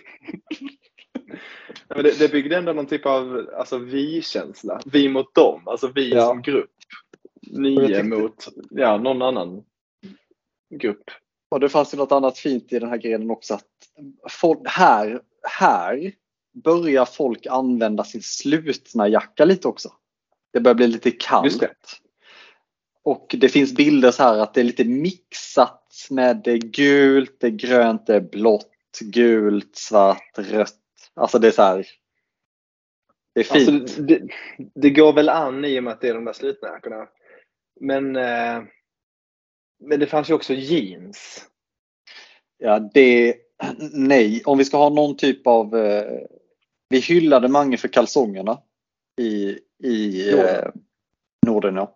Men det, det byggde ändå någon typ av alltså, vi-känsla. Vi mot dem, alltså vi ja. Som grupp. Nio mot ja, någon annan grupp. Och det fanns ju något annat fint i den här grenen också. Att folk, här, här börjar folk använda sin slutna jacka lite också. Det börjar bli lite kallt. Just det. Och det finns bilder så här att det är lite mixat med det gult, det grönt, det blått, gult, svart, rött. Alltså det är så här. Det är fint. Alltså det, det går väl an i och med att det är de där slutna jackorna. Men, eh, men det fanns ju också jeans. Ja, det... Nej, om vi ska ha någon typ av... Eh, vi hyllade Mange för kalsongerna i, i eh, Norden, ja.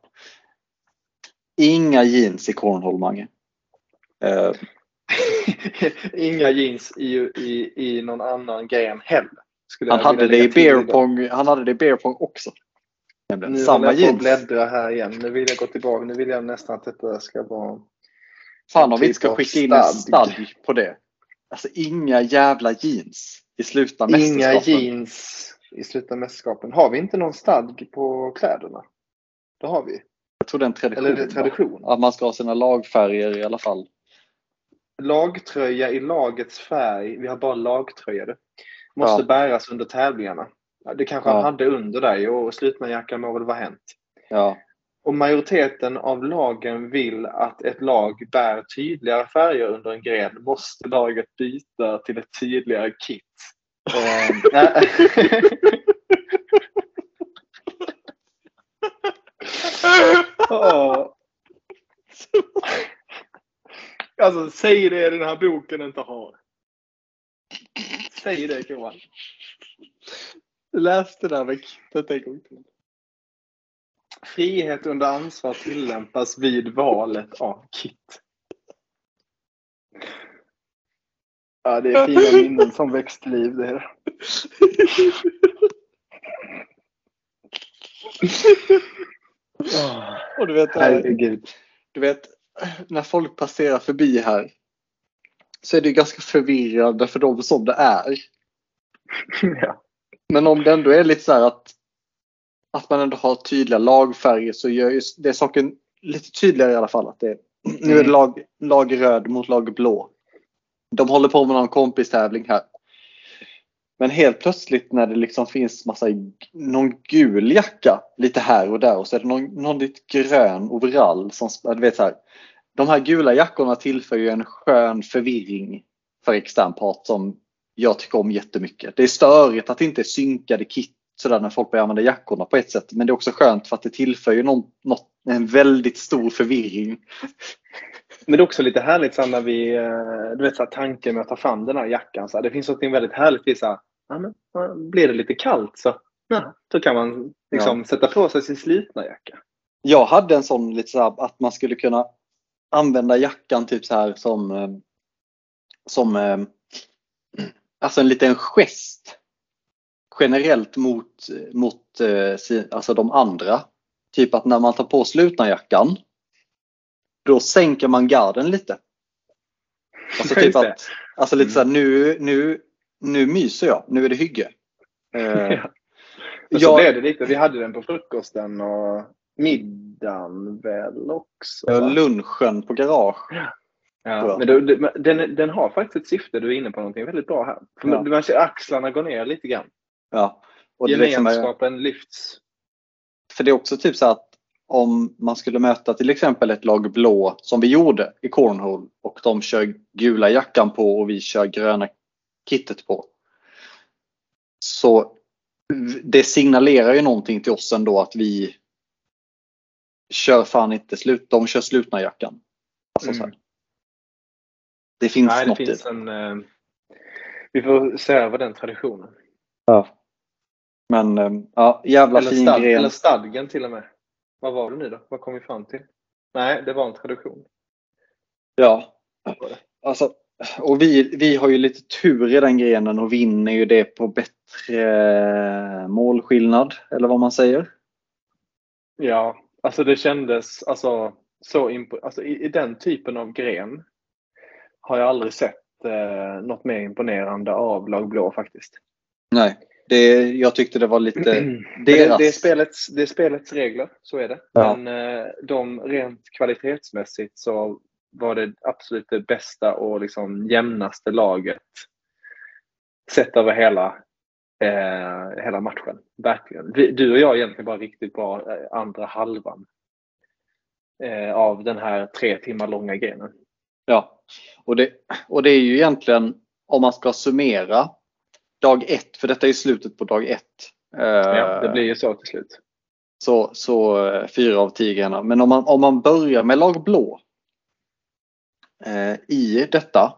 Inga jeans i cornhole, Mange. Eh. Inga jeans i, i, i någon annan gren heller. Han hade, det i beerpong, han hade det i beerpong också. Nu samma jeans. Bläddra här igen. Nu vill jag gå tillbaka. Nu vill jag nästan att detta ska vara... Fan om vi inte ska skicka in en stadg på det. Alltså inga jävla jeans i slutna mästerskapen. Inga jeans i slutna mästerskapen. Har vi inte någon stadg på kläderna? Det har vi. Jag tror det är en tradition. Eller är det tradition? Att man ska ha sina lagfärger i alla fall. Lagtröja i lagets färg. Vi har bara lagtröjade. Måste ja. Bäras under tävlingarna. Det kanske ja. Han hade under dig och slutna jackan må väl vara hänt. Ja. Och majoriteten av lagen vill att ett lag bär tydligare färger under en gren. Måste laget byta till ett tydligare kit. oh. Alltså, säg det den här boken inte har. Säg det, Johan. Läs det där med kittet en gång till. Frihet under ansvar tillämpas vid valet av kit. Ja, det är fina minnen som växt liv det här. Oh, och du vet, herregud. Du vet, när folk passerar förbi här så är det ju ganska förvirrande för dem som det är. Ja. Men om det ändå är lite så här att, att man ändå har tydliga lagfärger så gör ju det saken lite tydligare i alla fall. Att det, nu är det lag, lag röd mot lag blå. De håller på med någon kompistävling här. Men helt plötsligt när det liksom finns massa, någon gul jacka lite här och där och så är det någon, någon lite grön overall som, du vet så här. De här gula jackorna tillför ju en skön förvirring för extern part som jag tycker om jättemycket. Det är störigt att det inte är synkade kit sådär när folk börjar använda jackorna på ett sätt. Men det är också skönt för att det tillför ju någon, något, en väldigt stor förvirring. Men det är också lite härligt så när vi, du vet så här, tanken med att ta fram den här jackan. Så här, det finns något väldigt härligt i så här, ja, men, blir det lite kallt så ja, då kan man liksom ja. sätta på sig sin slitna jacka. Jag hade en sån lite så här, att man skulle kunna använda jackan typ så här som som alltså en liten gest generellt mot mot alltså de andra. Typ att när man tar på slutna jackan då sänker man garden lite. Alltså typ att alltså lite så här, nu nu nu myser jag. Nu är det hygge. Ja. Och så jag, blev det lite. Vi hade den på frukosten och middagen väl också. Ja, lunchen på garage. Ja. Ja, men då, den, den har faktiskt ett syfte. Du är inne på någonting väldigt bra här. För ja. Man ser axlarna gå ner lite grann. Ja. Och det gemenskapen liksom, lyfts. För det är också typ så att om man skulle möta till exempel ett lag blå som vi gjorde i cornhole och de kör gula jackan på och vi kör gröna kittet på. Så det signalerar ju någonting till oss ändå att vi kör fan inte slut. De kör slutna jackan. Alltså mm. så här. Det finns Nej, det något finns i en, eh, vi får se över den traditionen. Ja. Men eh, ja, jävla eller fin stad, gren. Eller stadgen till och med. Vad var det nu då? Vad kom vi fram till? Nej, det var en tradition. Ja. Alltså, och vi, vi har ju lite tur i den grenen och vinner ju det på bättre målskillnad. Eller vad man säger. Ja, alltså det kändes alltså, så impo- alltså, i, i den typen av gren har jag aldrig sett eh, något mer imponerande av lag blå faktiskt. Nej, det, jag tyckte det var lite deras... det, det, är spelets, det är spelets regler, så är det. Ja. Men eh, de rent kvalitetsmässigt så var det absolut det bästa och liksom jämnaste laget sett över hela eh, hela matchen. Verkligen. Vi, du och jag är egentligen bara riktigt bra eh, andra halvan eh, av den här tre timmar långa grenen. Ja, och det, och det är ju egentligen om man ska summera dag ett, för detta är ju slutet på dag ett. Eh, ja, det blir ju så till slut. Så, så eh, fyra av tio grenar. Men om man, om man börjar med lag blå eh, i detta.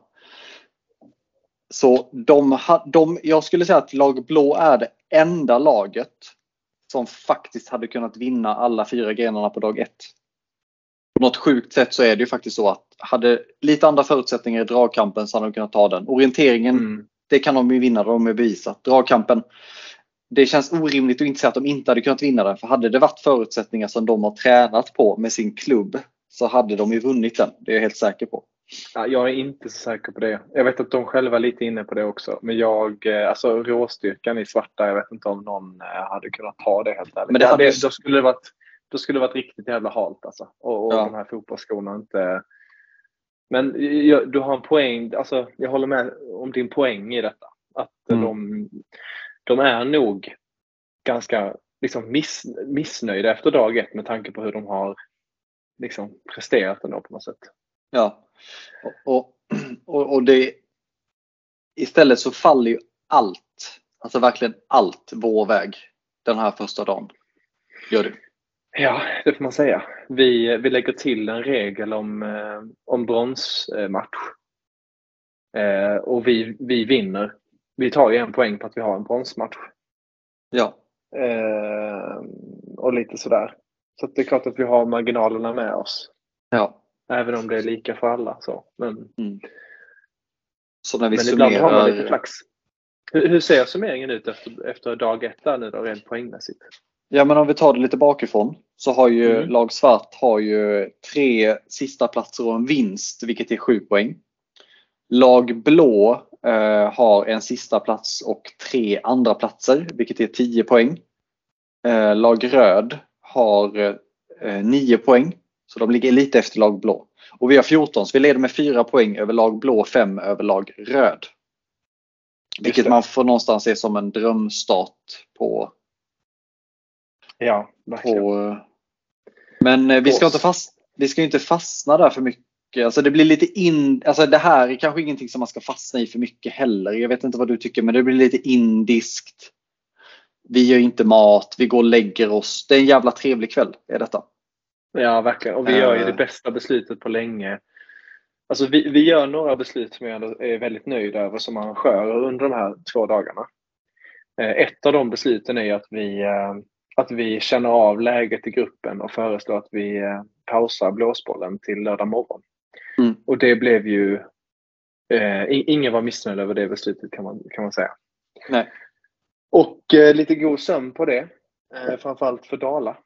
Så de, de, jag skulle säga att lag blå är det enda laget som faktiskt hade kunnat vinna alla fyra grenarna på dag ett. På något sjukt sätt så är det ju faktiskt så att hade lite andra förutsättningar i dragkampen så hade de kunnat ta den. Orienteringen, mm. det kan de ju vinna, de är bevisat. Dragkampen, det känns orimligt att inte säga att de inte hade kunnat vinna den. För hade det varit förutsättningar som de har tränat på med sin klubb så hade de ju vunnit den. Det är jag helt säker på. Ja, jag är inte så säker på det. Jag vet att de själva är lite inne på det också. Men jag, alltså råstyrkan i svarta, jag vet inte om någon hade kunnat ta det helt ärligt. Men det hade... ja, det, då skulle det varit, då skulle det varit riktigt jävla halt alltså. Och, och ja. De här fotbollsskorna inte... Men jag, du har en poäng, alltså jag håller med om din poäng i detta. Att mm. de, de är nog ganska liksom miss, missnöjda efter dag ett med tanke på hur de har liksom presterat ändå på något sätt. Ja, och, och, och det istället så faller ju allt, alltså verkligen allt vår väg den här första dagen. Gör du? Ja, det får man säga. Vi, vi lägger till en regel om, eh, om bronsmatch. Eh, och vi, vi vinner. Vi tar ju en poäng på att vi har en bronsmatch. Ja. Eh, och lite sådär. Så att det är klart att vi har marginalerna med oss. Ja. Även om det är lika för alla. Så. Men, mm. Så när vi Men summerar... ibland har man lite flax. Hur, hur ser summeringen ut efter, efter dag ett där nu då, rent poängmässigt? Ja, men om vi tar det lite bakifrån så har ju Mm. lag svart har ju tre sista platser och en vinst, vilket är sju poäng. Lag blå eh, har en sista plats och tre andra platser, vilket är tio poäng. Eh, lag röd har eh, nio poäng, så de ligger lite efter lag blå. Och vi har fjorton, så vi leder med fyra poäng över lag blå, fem över lag röd. Vilket man får någonstans se som en drömstart på. Ja, verkligen. på men eh, vi ska, inte fast, vi ska inte fastna där för mycket. Alltså det blir lite in, alltså det här är kanske ingenting som man ska fastna i för mycket heller. Jag vet inte vad du tycker, men det blir lite indiskt. Vi gör inte mat, vi går och lägger oss. Det är en jävla trevlig kväll, är detta. Ja, verkligen. Och vi gör ju det bästa beslutet på länge. Alltså vi, vi gör några beslut som jag är väldigt nöjd över som arrangörer under de här två dagarna. Ett av de besluten är att vi, att vi känner av läget i gruppen och föreslår att vi pausar blåsbollen till lördag morgon. Mm. Och det blev ju... Eh, ingen var missnöjd över det beslutet, kan man, kan man säga. Nej. Och eh, lite god sömn på det. Eh, framförallt för Dala.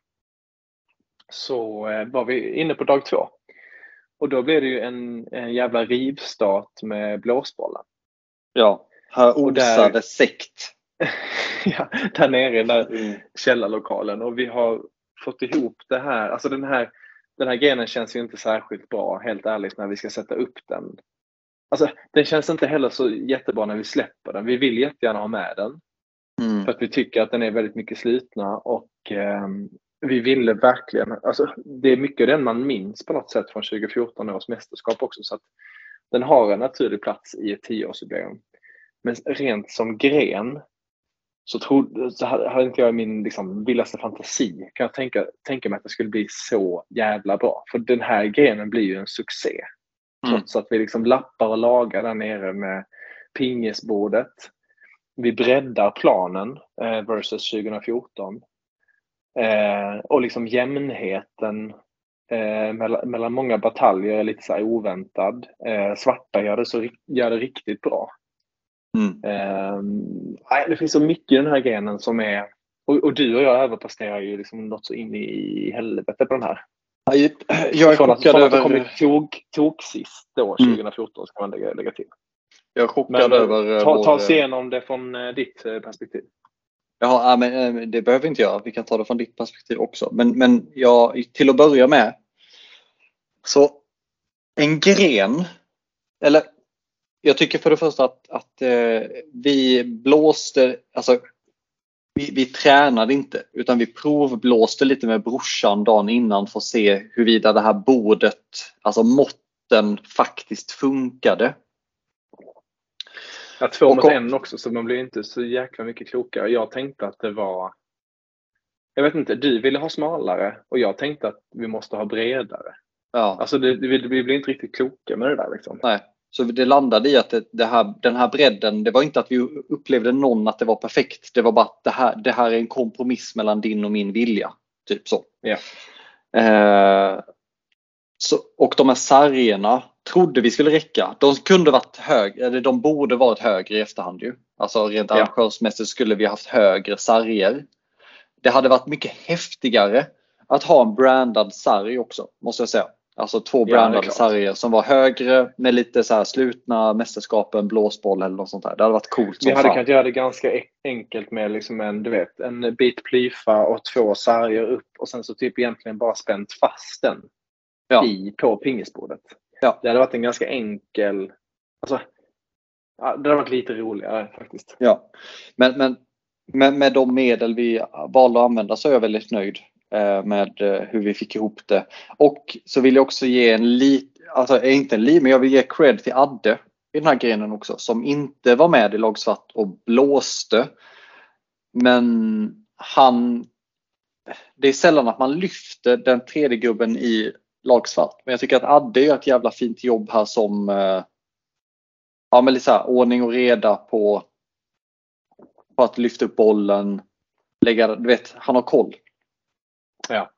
Så eh, var vi inne på dag två. Och då blev det ju en, en jävla rivstart med blåsbollen. Ja, här osade där, sekt. Ja, där nere i den där mm. källarlokalen. Och vi har fått ihop det här. Alltså den här, den här grenen känns ju inte särskilt bra, helt ärligt, när vi ska sätta upp den. Alltså den känns inte heller så jättebra när vi släpper den. Vi vill jättegärna ha med den. Mm. För att vi tycker att den är väldigt mycket slutna. Och eh, vi ville verkligen, alltså det är mycket den man minns på något sätt från tjugo fjorton års mästerskap också. Så att den har en naturlig plats i ett tioårsjubileum. Men rent som gren så, trodde, så hade inte jag min liksom, villaste fantasi kan jag tänka, tänka mig att det skulle bli så jävla bra. För den här grenen blir ju en succé. Mm. Trots att vi liksom lappar och lagar där nere med pingisbordet. Vi breddar planen eh, versus tjugo fjorton. Eh, och liksom jämnheten eh, mellan, mellan många bataljer är lite så här oväntad. Eh, svarta gör det, så, gör det riktigt bra. Mm. Eh, det finns så mycket i den här grenen som är... Och, och du och jag överpresterar ju liksom något så in i helvete på den här. Jag är chockad över... Att det kommit tok, tok sist då, tjugo fjorton, ska man lägga, lägga till. Jag är chockad men, över... Ta, ta oss igenom det från ditt perspektiv. Ja, men det behöver vi inte göra. Vi kan ta det från ditt perspektiv också. Men, men ja, till att börja med. Så en gren... Eller jag tycker för det första att, att eh, vi blåste... Alltså, vi, vi tränade inte. Utan vi provblåste lite med brorsan dagen innan för att se huruvida det här bordet, alltså måtten, faktiskt funkade. Ja, två och mot en också, så man blir inte så jäkla mycket klokare. Jag tänkte att det var... Jag vet inte, du ville ha smalare och jag tänkte att vi måste ha bredare. Ja. Alltså det, vi, vi blir inte riktigt kloka med det där liksom. Nej, så det landade i att det, det här, den här bredden, det var inte att vi upplevde någon att det var perfekt. Det var bara att det här, det här är en kompromiss mellan din och min vilja. Typ så. Ja. Eh, så och de här sargerna trodde vi skulle räcka. De kunde varit högre, eller de borde varit högre i efterhand ju. Alltså rent arrangörsmässigt skulle vi haft högre sarger. Det hade varit mycket häftigare att ha en brandad sarg också, måste jag säga. Alltså två brandade ja, sarger som var högre med lite så här slutna mästerskapen, blåsboll eller något sånt där. Det hade varit coolt som Vi hade fan. kunnat göra det ganska enkelt med liksom en, du vet, en bit plyfa och två sarger upp och sen så typ egentligen bara spänt fast den ja. i, på pingisbordet. Ja. Det hade varit en ganska enkel... Alltså, ja, det hade varit lite roligare faktiskt. Ja, men, men med, med de medel vi valde att använda så är jag väldigt nöjd eh, med eh, hur vi fick ihop det. Och så vill jag också ge en lite, alltså inte en li, men jag vill ge cred till Adde i den här grenen också, som inte var med i lag svart och blåste. Men han... Det är sällan att man lyfter den tredje gubben i lag svart. Men jag tycker att Adde gör ett jävla fint jobb här som eh, ja, men lite så här, ordning och reda på, på att lyfta upp bollen. Lägga, du vet, han har koll. Ja.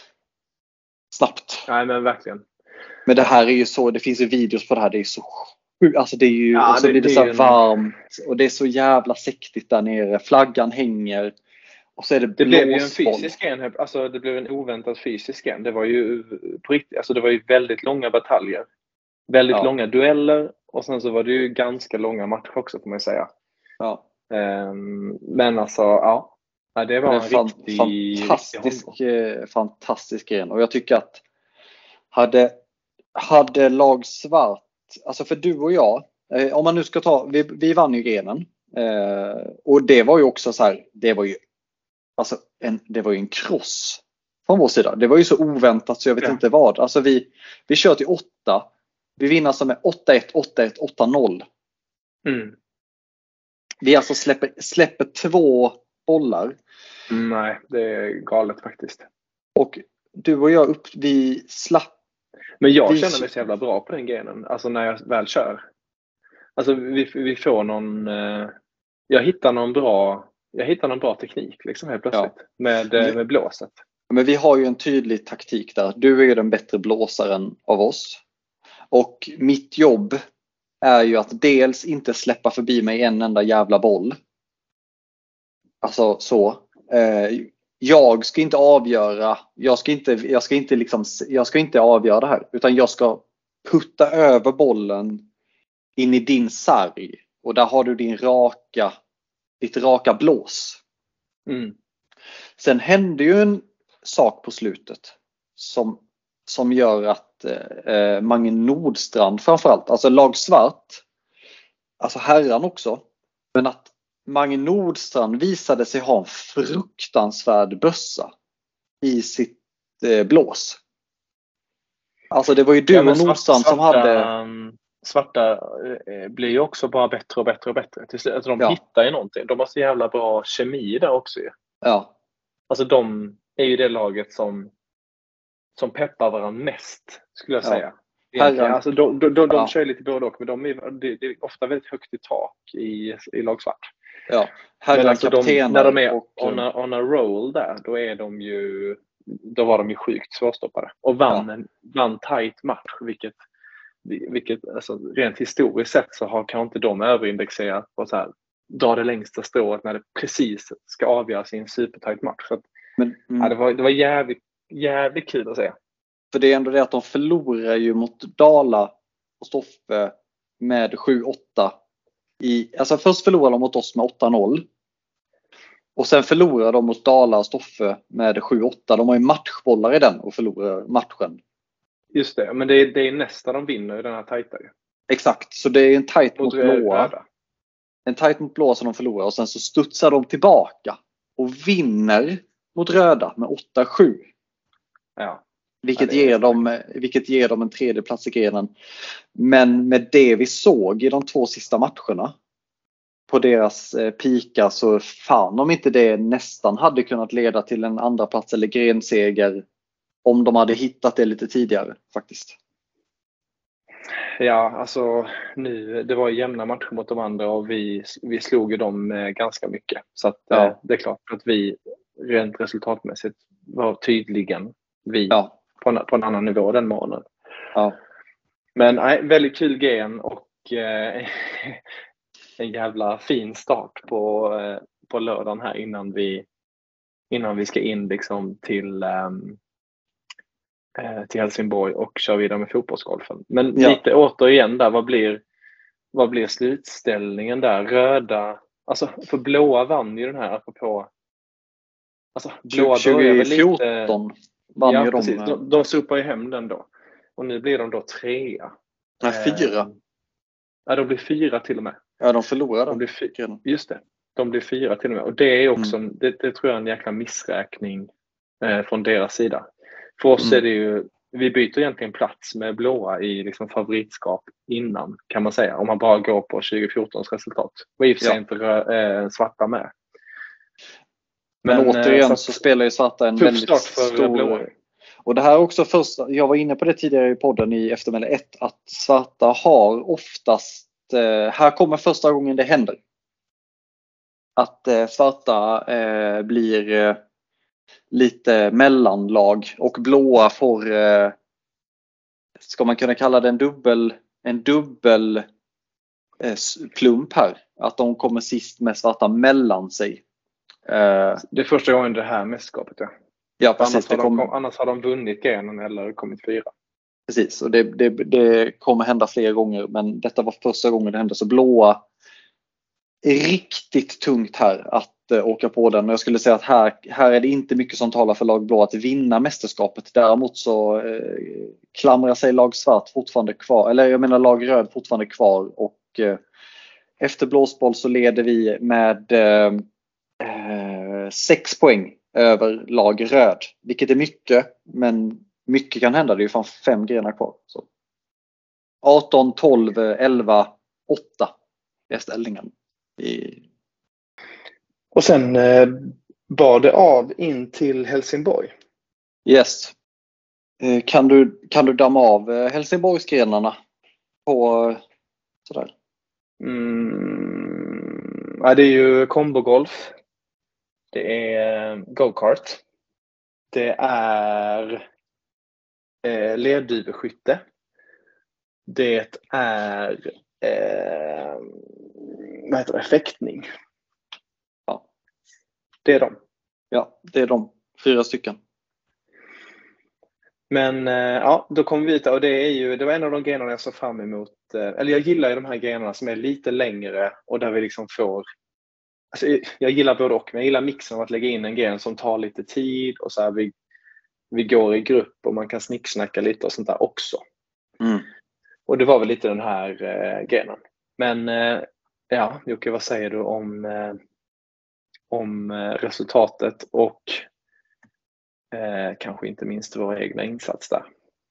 Snabbt. Nej, men verkligen. Men det här är ju så, det finns ju videos på det här. Det är så, Alltså det är ju, Ja, och så det- blir det, det så är här en- varmt och det är så jävla sektigt där nere. Flaggan hänger och så är det Det blev ju en blåsboll. fysisk en, alltså det blev en oväntad fysisk en. Det var ju på riktigt, alltså det var ju väldigt långa bataljer. Väldigt Ja. långa dueller och sen så var det ju ganska långa matcher också får man ju säga. Ja. Ehm, men alltså, ja. Ja, det var Det en är fan, riktig, fantastisk, riktig eh, fantastisk gren. Och jag tycker att hade, hade lag svart, alltså för du och jag, eh, om man nu ska ta, vi, vi vann ju grenen. Eh, och det var ju också så här, det var ju, alltså en, det var ju en kross från vår sida. Det var ju så oväntat så jag vet Ja. inte vad. Alltså vi, vi kör till åtta. Vi vinner alltså med åtta ett, åtta ett, åtta noll. Mm. Vi alltså släpper, släpper två bollar. Nej, det är galet faktiskt. Och du och jag upp, vi slapp. Men jag Vi- känner mig så jävla bra på den grenen. Alltså när jag väl kör. Alltså vi, vi får någon... Eh, jag hittar någon bra... Jag hittar någon bra teknik liksom helt plötsligt. Med, eh, med blåset. Men vi har ju en tydlig taktik där. Du är ju den bättre blåsaren av oss. Och mitt jobb är ju att dels inte släppa förbi mig en enda jävla boll. Alltså så. Eh, jag ska inte avgöra. Jag ska inte, jag ska inte liksom, jag ska inte avgöra det här. Utan jag ska putta över bollen in i din sarg. Och där har du din raka, ditt raka blås. Mm. Sen hände ju en sak på slutet som, som gör att eh, Mange Nordstrand framförallt, alltså lag svart, alltså herran också, men att Mange Nordstrand visade sig ha en fruktansvärd bössa i sitt eh, blås. Alltså det var ju du Ja, men och Nordstrand som hade... Svarta eh, blir ju också bara bättre och bättre och bättre. Till slut, alltså de Ja. hittar ju någonting. De har så jävla bra kemi där också ju. Ja, Alltså de är ju det laget som, som peppar varandra mest, skulle jag Ja. säga. Egentligen. Herran- Alltså de, de, de, de Ja. kör lite både och, men de är, det, det är ofta väldigt högt i tak i, i lag svart. ja. Men Herran alltså de, kaptener när de är och... on a, on a roll där, då är de ju då var de ju sjukt svårstoppade. Och vann Ja. en vann tight match, vilket, vilket alltså, rent historiskt sett så har kanske inte de överindexerat på så här, dra det längsta strået när det precis ska avgöras i en supertight match. Så att, Men, mm. ja, det var, det var jävligt, jävligt kul att se. För det är ändå det att de förlorar ju mot Dala och Stoffe med sju åtta. I, alltså först förlorar de mot oss med åtta noll. Och sen förlorar de mot Dala och Stoffe med sju åtta. De har ju matchbollar i den och förlorar matchen. Just det, men det är, det är nästa de vinner i den här tajta. Exakt, så det är en tajt mot, Mot blåa. röda. En tajt mot blåa som de förlorar och sen så studsar de tillbaka och vinner mot röda med åtta sju. Ja. Vilket, Ja, det är ger dem, vilket ger dem en tredje plats i grenen. Men med det vi såg i de två sista matcherna på deras eh, pika så fan om inte det nästan hade kunnat leda till en andra plats eller grenseger om de hade hittat det lite tidigare faktiskt. Ja, alltså nu, det var jämna matcher mot de andra och vi, vi slog ju dem eh, ganska mycket. Så att, Ja. eh, det är klart att vi rent resultatmässigt var tydligen vi Ja. på, en, på en annan nivå den månaden. Ja. Men nej, väldigt kul gren och eh, en jävla fin start på, eh, på lördagen här innan vi, innan vi ska in liksom till um, till Helsingborg och kör vidare med fotbollsgolfen. Men Ja. lite återigen där, vad blir, vad blir slutställningen där? Röda, alltså för blåa vann ju den här apropå, alltså blåa börjar väl tjugo fjorton lite, vann ja, ju precis. de. De, de sopar ju hem den då. Och nu blir de då trea. Nej, fyra. Eh, ja, de blir fyra till och med. Ja, de förlorade. De blir fyra. Just det. De blir fyra till och med. Och det är också, Mm. det, det tror jag är en jäkla missräkning eh, från deras sida. För oss Mm. är det ju, vi byter egentligen plats med blåa i liksom favoritskap innan, kan man säga. Om man bara går på tjugo fjortons resultat. Och i och för sig Ja. inte rö, eh, svarta med. Men, Men, återigen eh, så, så spelar ju svarta en tuff väldigt start för stor... blåa. Och det här är också första, jag var inne på det tidigare i podden i eftermiddag ett, att svarta har oftast, eh, här kommer första gången det händer. Att eh, svarta eh, blir eh, lite mellanlag och blåa får, eh, ska man kunna kalla det en dubbel, en dubbel eh, plump här. Att de kommer sist med svarta mellan sig. Eh, Det är första gången det här mästerskapet. Ja. ja, precis. Annars, har Det kommer, de, annars har de vunnit grenen eller kommit fyra. precis, och det, det, det kommer hända fler gånger. Men detta var första gången det hände. Så blåa är riktigt tungt här att eh, åka på den. Och jag skulle säga att här, här är det inte mycket som talar för lag blå att vinna mästerskapet. Däremot så eh, klamrar sig lag svart fortfarande kvar. Eller jag menar lag röd fortfarande kvar. Och eh, efter blåsboll så leder vi med eh, eh, sex poäng över lag röd. Vilket är mycket, men mycket kan hända. Det är ju fan fem grenar kvar. Så. arton, tolv, elva, åtta är ställningen. I... Och sen eh, bar det av in till Helsingborg. Yes. Eh, kan, du, kan du damma av eh, Helsingborgsgrenarna på sådär? Mm, ja, det är ju kombogolf. Det är go-kart. Det är eh, ledduveskytte. Det är eh, vad heter det? Fäktning. Ja. Det är de. Ja, det är de. Fyra stycken. Men eh, ja, då kommer vi till, och det är ju, det var en av de grenarna jag såg fram emot. Eh, eller jag gillar ju de här grenarna som är lite längre och där vi liksom får, alltså, jag gillar både och, men jag gillar mixen av att lägga in en gren som tar lite tid och så här vi, vi går i grupp och man kan snicksnacka lite och sånt där också. Mm. Och det var väl lite den här eh, grenen. Men eh, ja, Jocke, vad säger du om, eh, om eh, resultatet och eh, kanske inte minst våra egna insats där?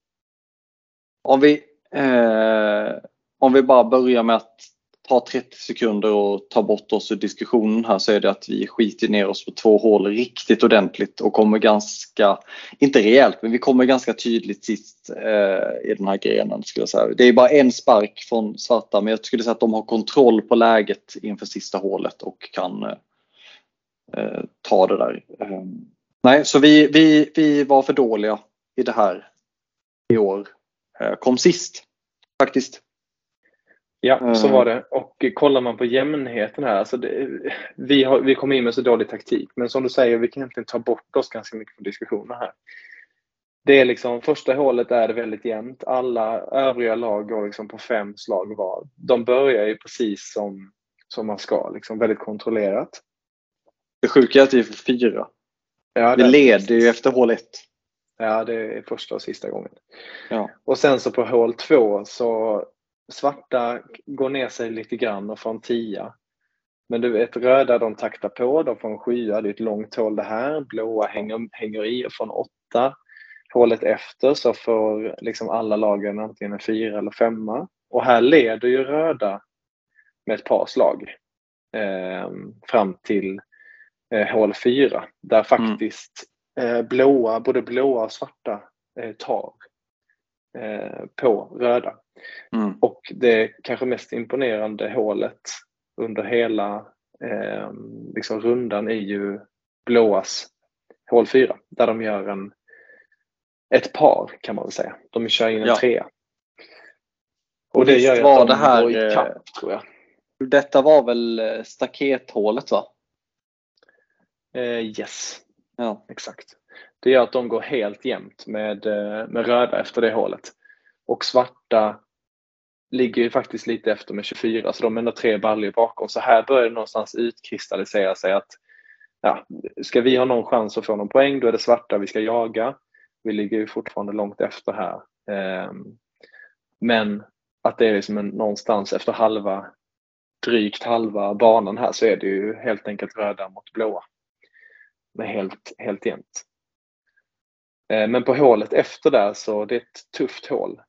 Om vi, eh, om vi bara börjar med att ta trettio sekunder och ta bort oss ur diskussionen här, så är det att vi skiter ner oss på två hål riktigt ordentligt och kommer ganska, inte rejält, men vi kommer ganska tydligt sist eh, i den här grenen skulle jag säga. Det är bara en spark från svarta, men jag skulle säga att de har kontroll på läget inför sista hålet och kan eh, ta det där. Eh, nej, så vi, vi, vi var för dåliga i det här i år. Eh, kom sist faktiskt. Ja, så var det. Och kollar man på jämnheten här, alltså det, vi, har, vi kom in med så dålig taktik. Men som du säger, vi kan egentligen ta bort oss ganska mycket från diskussioner här. Det är liksom, första hålet är det väldigt jämnt. Alla övriga lag går liksom på fem slag var. De börjar ju precis som, som man ska, liksom väldigt kontrollerat. Det sjuka är att vi får fyra. Ja, vi leder ju efter hål ett. Ja, det är första och sista gången. Ja. Och sen så på hål två så svarta går ner sig lite grann och får en tia. Men du vet, röda de taktar på, de får en sjua, det är ett långt hål det här. Blåa hänger, hänger i och får en åtta. Hålet efter så får liksom alla lagen antingen en fyra eller femma. Och här leder ju röda med ett par slag eh, fram till eh, hål fyra. Där faktiskt eh, blåa, både blåa och svarta eh, tar eh, på röda. Mm. Och det kanske mest imponerande hålet under hela eh, liksom rundan är ju blåas hål fyra. Där de gör en, ett par kan man väl säga. De kör in en ja. trea. Och, och det gör ju var att de det här, går i kapp, tror jag. Detta var väl stakethålet va? Eh, yes, Ja. exakt. Det gör att de går helt jämnt med, med röda efter det hålet. Och svarta ligger ju faktiskt lite efter med tjugofyra, så de är ändå tre baljor bakom. Så här börjar det någonstans utkristallisera sig att ja, ska vi ha någon chans att få någon poäng, då är det svarta vi ska jaga. Vi ligger ju fortfarande långt efter här. Men att det är liksom en, någonstans efter halva, drygt halva banan här, så är det ju helt enkelt röda mot blåa. Men helt, helt jämnt. Men på hålet efter där så det är ett tufft hål.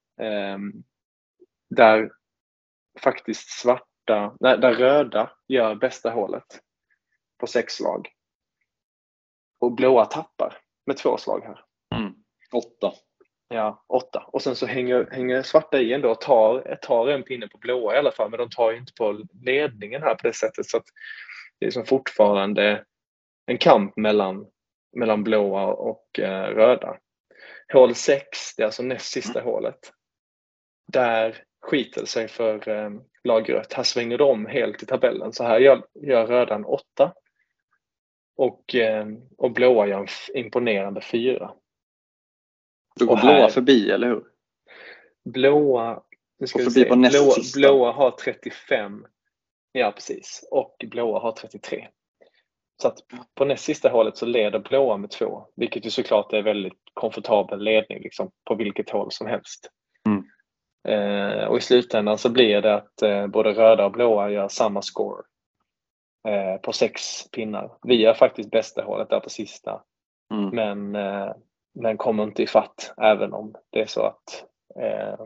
Där faktiskt svarta, där, där röda gör bästa hålet på sex slag. Och blåa tappar med två slag här. Mm. Åtta. Ja, åtta. Och sen så hänger, hänger svarta i ändå och tar, tar en pinne på blåa i alla fall. Men de tar ju inte på ledningen här på det sättet. Så att det är som fortfarande en kamp mellan, mellan blåa och eh, röda. Hål sex, det är alltså näst sista mm. hålet. Där skiter sig för eh, lagrött. Här svänger de helt i tabellen. Så här gör, gör röda en åtta. Och, eh, och blåa gör en f- imponerande fyra. Då går Och här- blåa förbi, eller hur? Blåa, nu ska Och vi förbi se, på näst blåa, sista. blåa har trettiofem. Ja, precis. Och blåa har trettiotre. Så att på näst sista hålet så leder blåa med två. Vilket ju såklart är väldigt komfortabel ledning liksom, på vilket håll som helst. Mm. Eh, och i slutändan så blir det att eh, både röda och blåa gör samma score. Eh, på sex pinnar. Vi är faktiskt bästa hålet där på sista. Mm. Men, eh, men kommer inte i fatt även om det är så att eh,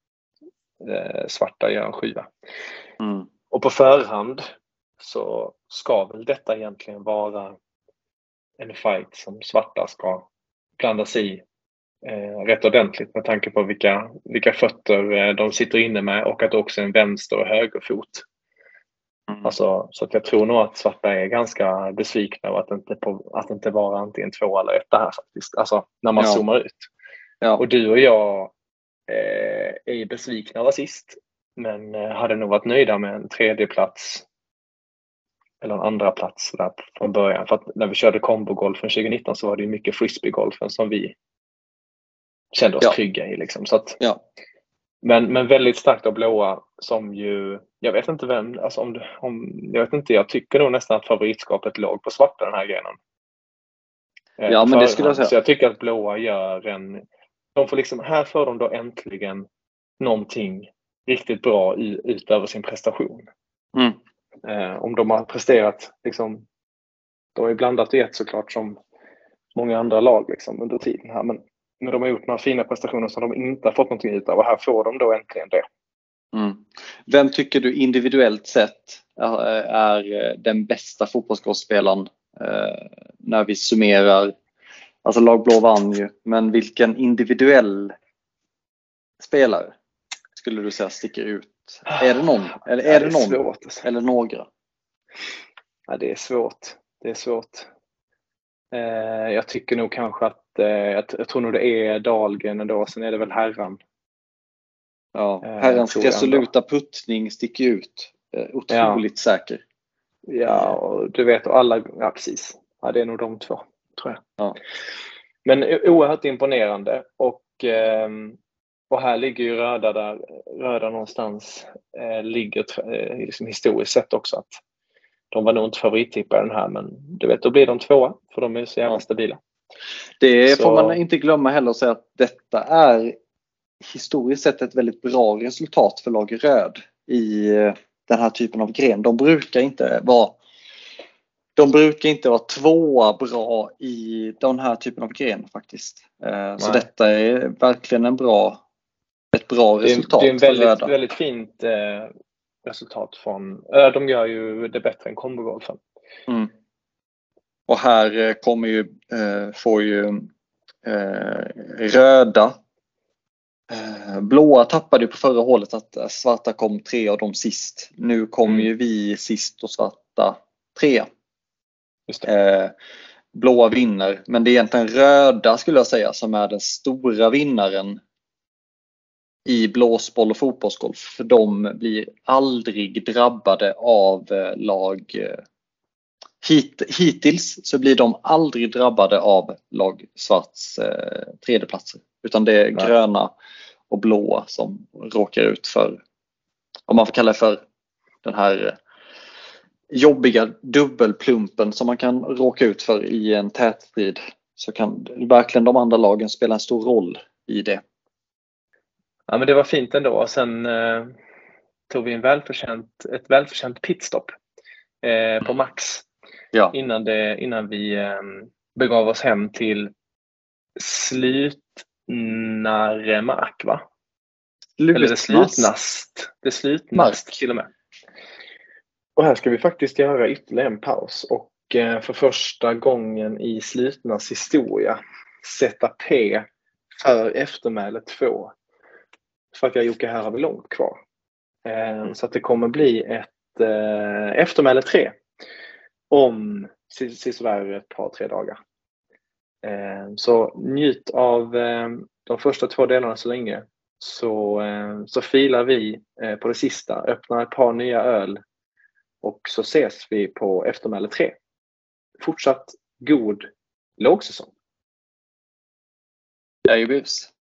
eh, svarta gör en sjua. Mm. Och på förhand så ska väl detta egentligen vara en fight som svarta ska blanda sig i eh, rätt ordentligt med tanke på vilka, vilka fötter eh, de sitter inne med och att det också är en vänster- och högerfot. Mm. Alltså, så att jag tror nog att svarta är ganska besvikna av att inte, på, att inte vara antingen två eller ett här faktiskt. Alltså när man Ja. zoomar ut. Ja. Och du och jag eh, är besvikna av sist. Men eh, hade nog varit nöjda med en tredje plats eller en andra plats där från början. För att när vi körde kombogolfen tjugonitton så var det ju mycket frisbeegolfen som vi kände oss Ja. trygga i. Liksom. Så att, Ja. men, men väldigt starkt av blåa som ju, jag vet inte vem, alltså om, om, jag vet inte, jag tycker nog nästan att favoritskapet låg på svarta den här grenen. Eh, Ja, på men det skulle jag förhand. säga. Så jag tycker att blåa gör en, de får liksom, här får de då äntligen någonting riktigt bra i, utöver sin prestation. Mm. Eh, om de har presterat, liksom, de har ju blandat i ett såklart som många andra lag liksom, under tiden här, men när de har gjort några fina prestationer som de inte har fått någonting utav, och här får de då äntligen det. Mm. Vem tycker du individuellt sett är den bästa fotbollsgolfspelaren eh, när vi summerar? Alltså lag blå vann ju, men vilken individuell spelare skulle du säga sticker ut? Är det någon? Eller är Ja, det, det är någon? svårt, alltså. Eller några? Ja, det är svårt. Det är svårt. Eh, jag tycker nog kanske att eh, jag, jag tror nog det är Dahlgren ändå, sen är det väl herran. Ja, Eh, herrans tror jag resoluta puttning sticker ut. Eh, otroligt säker. Ja, och du vet, och alla, ja precis. Ja, det är nog de två, tror jag. Ja. Men o- oerhört imponerande. Och, ehm, och här ligger ju röda där, röda någonstans eh, ligger tr- eh, liksom historiskt sett också att de var nog inte favorittippare den här, men du vet, då blir de tvåa för de är så jävla Ja. stabila. Det Så- får man inte glömma heller att säga att detta är historiskt sett ett väldigt bra resultat för lag röd i den här typen av gren. De brukar inte vara de brukar inte vara tvåa bra i den här typen av gren faktiskt. Eh, Så Nej. detta är verkligen en bra, ett bra Det är, resultat det är en för väldigt, röda. väldigt fint eh, resultat från, äh, de gör ju det bättre än kombogolfen. Mm. Och här eh, kommer ju, eh, får ju eh, röda. Eh, blåa tappade ju på förra hålet att eh, svarta kom tre av dem sist. Nu kom Mm. ju vi sist och svarta tre. Just det. Eh, blåa vinner, men det är egentligen röda skulle jag säga som är den stora vinnaren i blåsboll och fotbollsgolf. För de blir aldrig drabbade av eh, lag eh, hit, hittills så blir de aldrig drabbade av lag svarts eh, tredjeplatser, utan det är Nej. gröna och blåa som råkar ut för, om man får kalla det för, den här eh, jobbiga dubbelplumpen som man kan råka ut för i en tätstrid. Så kan verkligen de andra lagen spela en stor roll i det. Ja, men det var fint ändå. Och sen eh, tog vi en välförtjänt, ett välförtjänt pitstop eh, på max Ja, innan, det, innan vi eh, begav oss hem till slutnare mark, va? Eller det slutnast. Det slutnast Mark. till och med. Och här ska vi faktiskt göra ytterligare en paus och eh, för första gången i slutnas historia sätta P för eftermäle två. För att jag och Jocke här har vi långt kvar. Eh, så att det kommer bli ett eh, eftermäle tre om sisådär ett par, tre dagar. Eh, så njut av eh, de första två delarna så länge. så, så filar vi på det sista, öppnar ett par nya öl och så ses vi på eftermäle tre. Fortsatt god lågsäsong. Jajebus.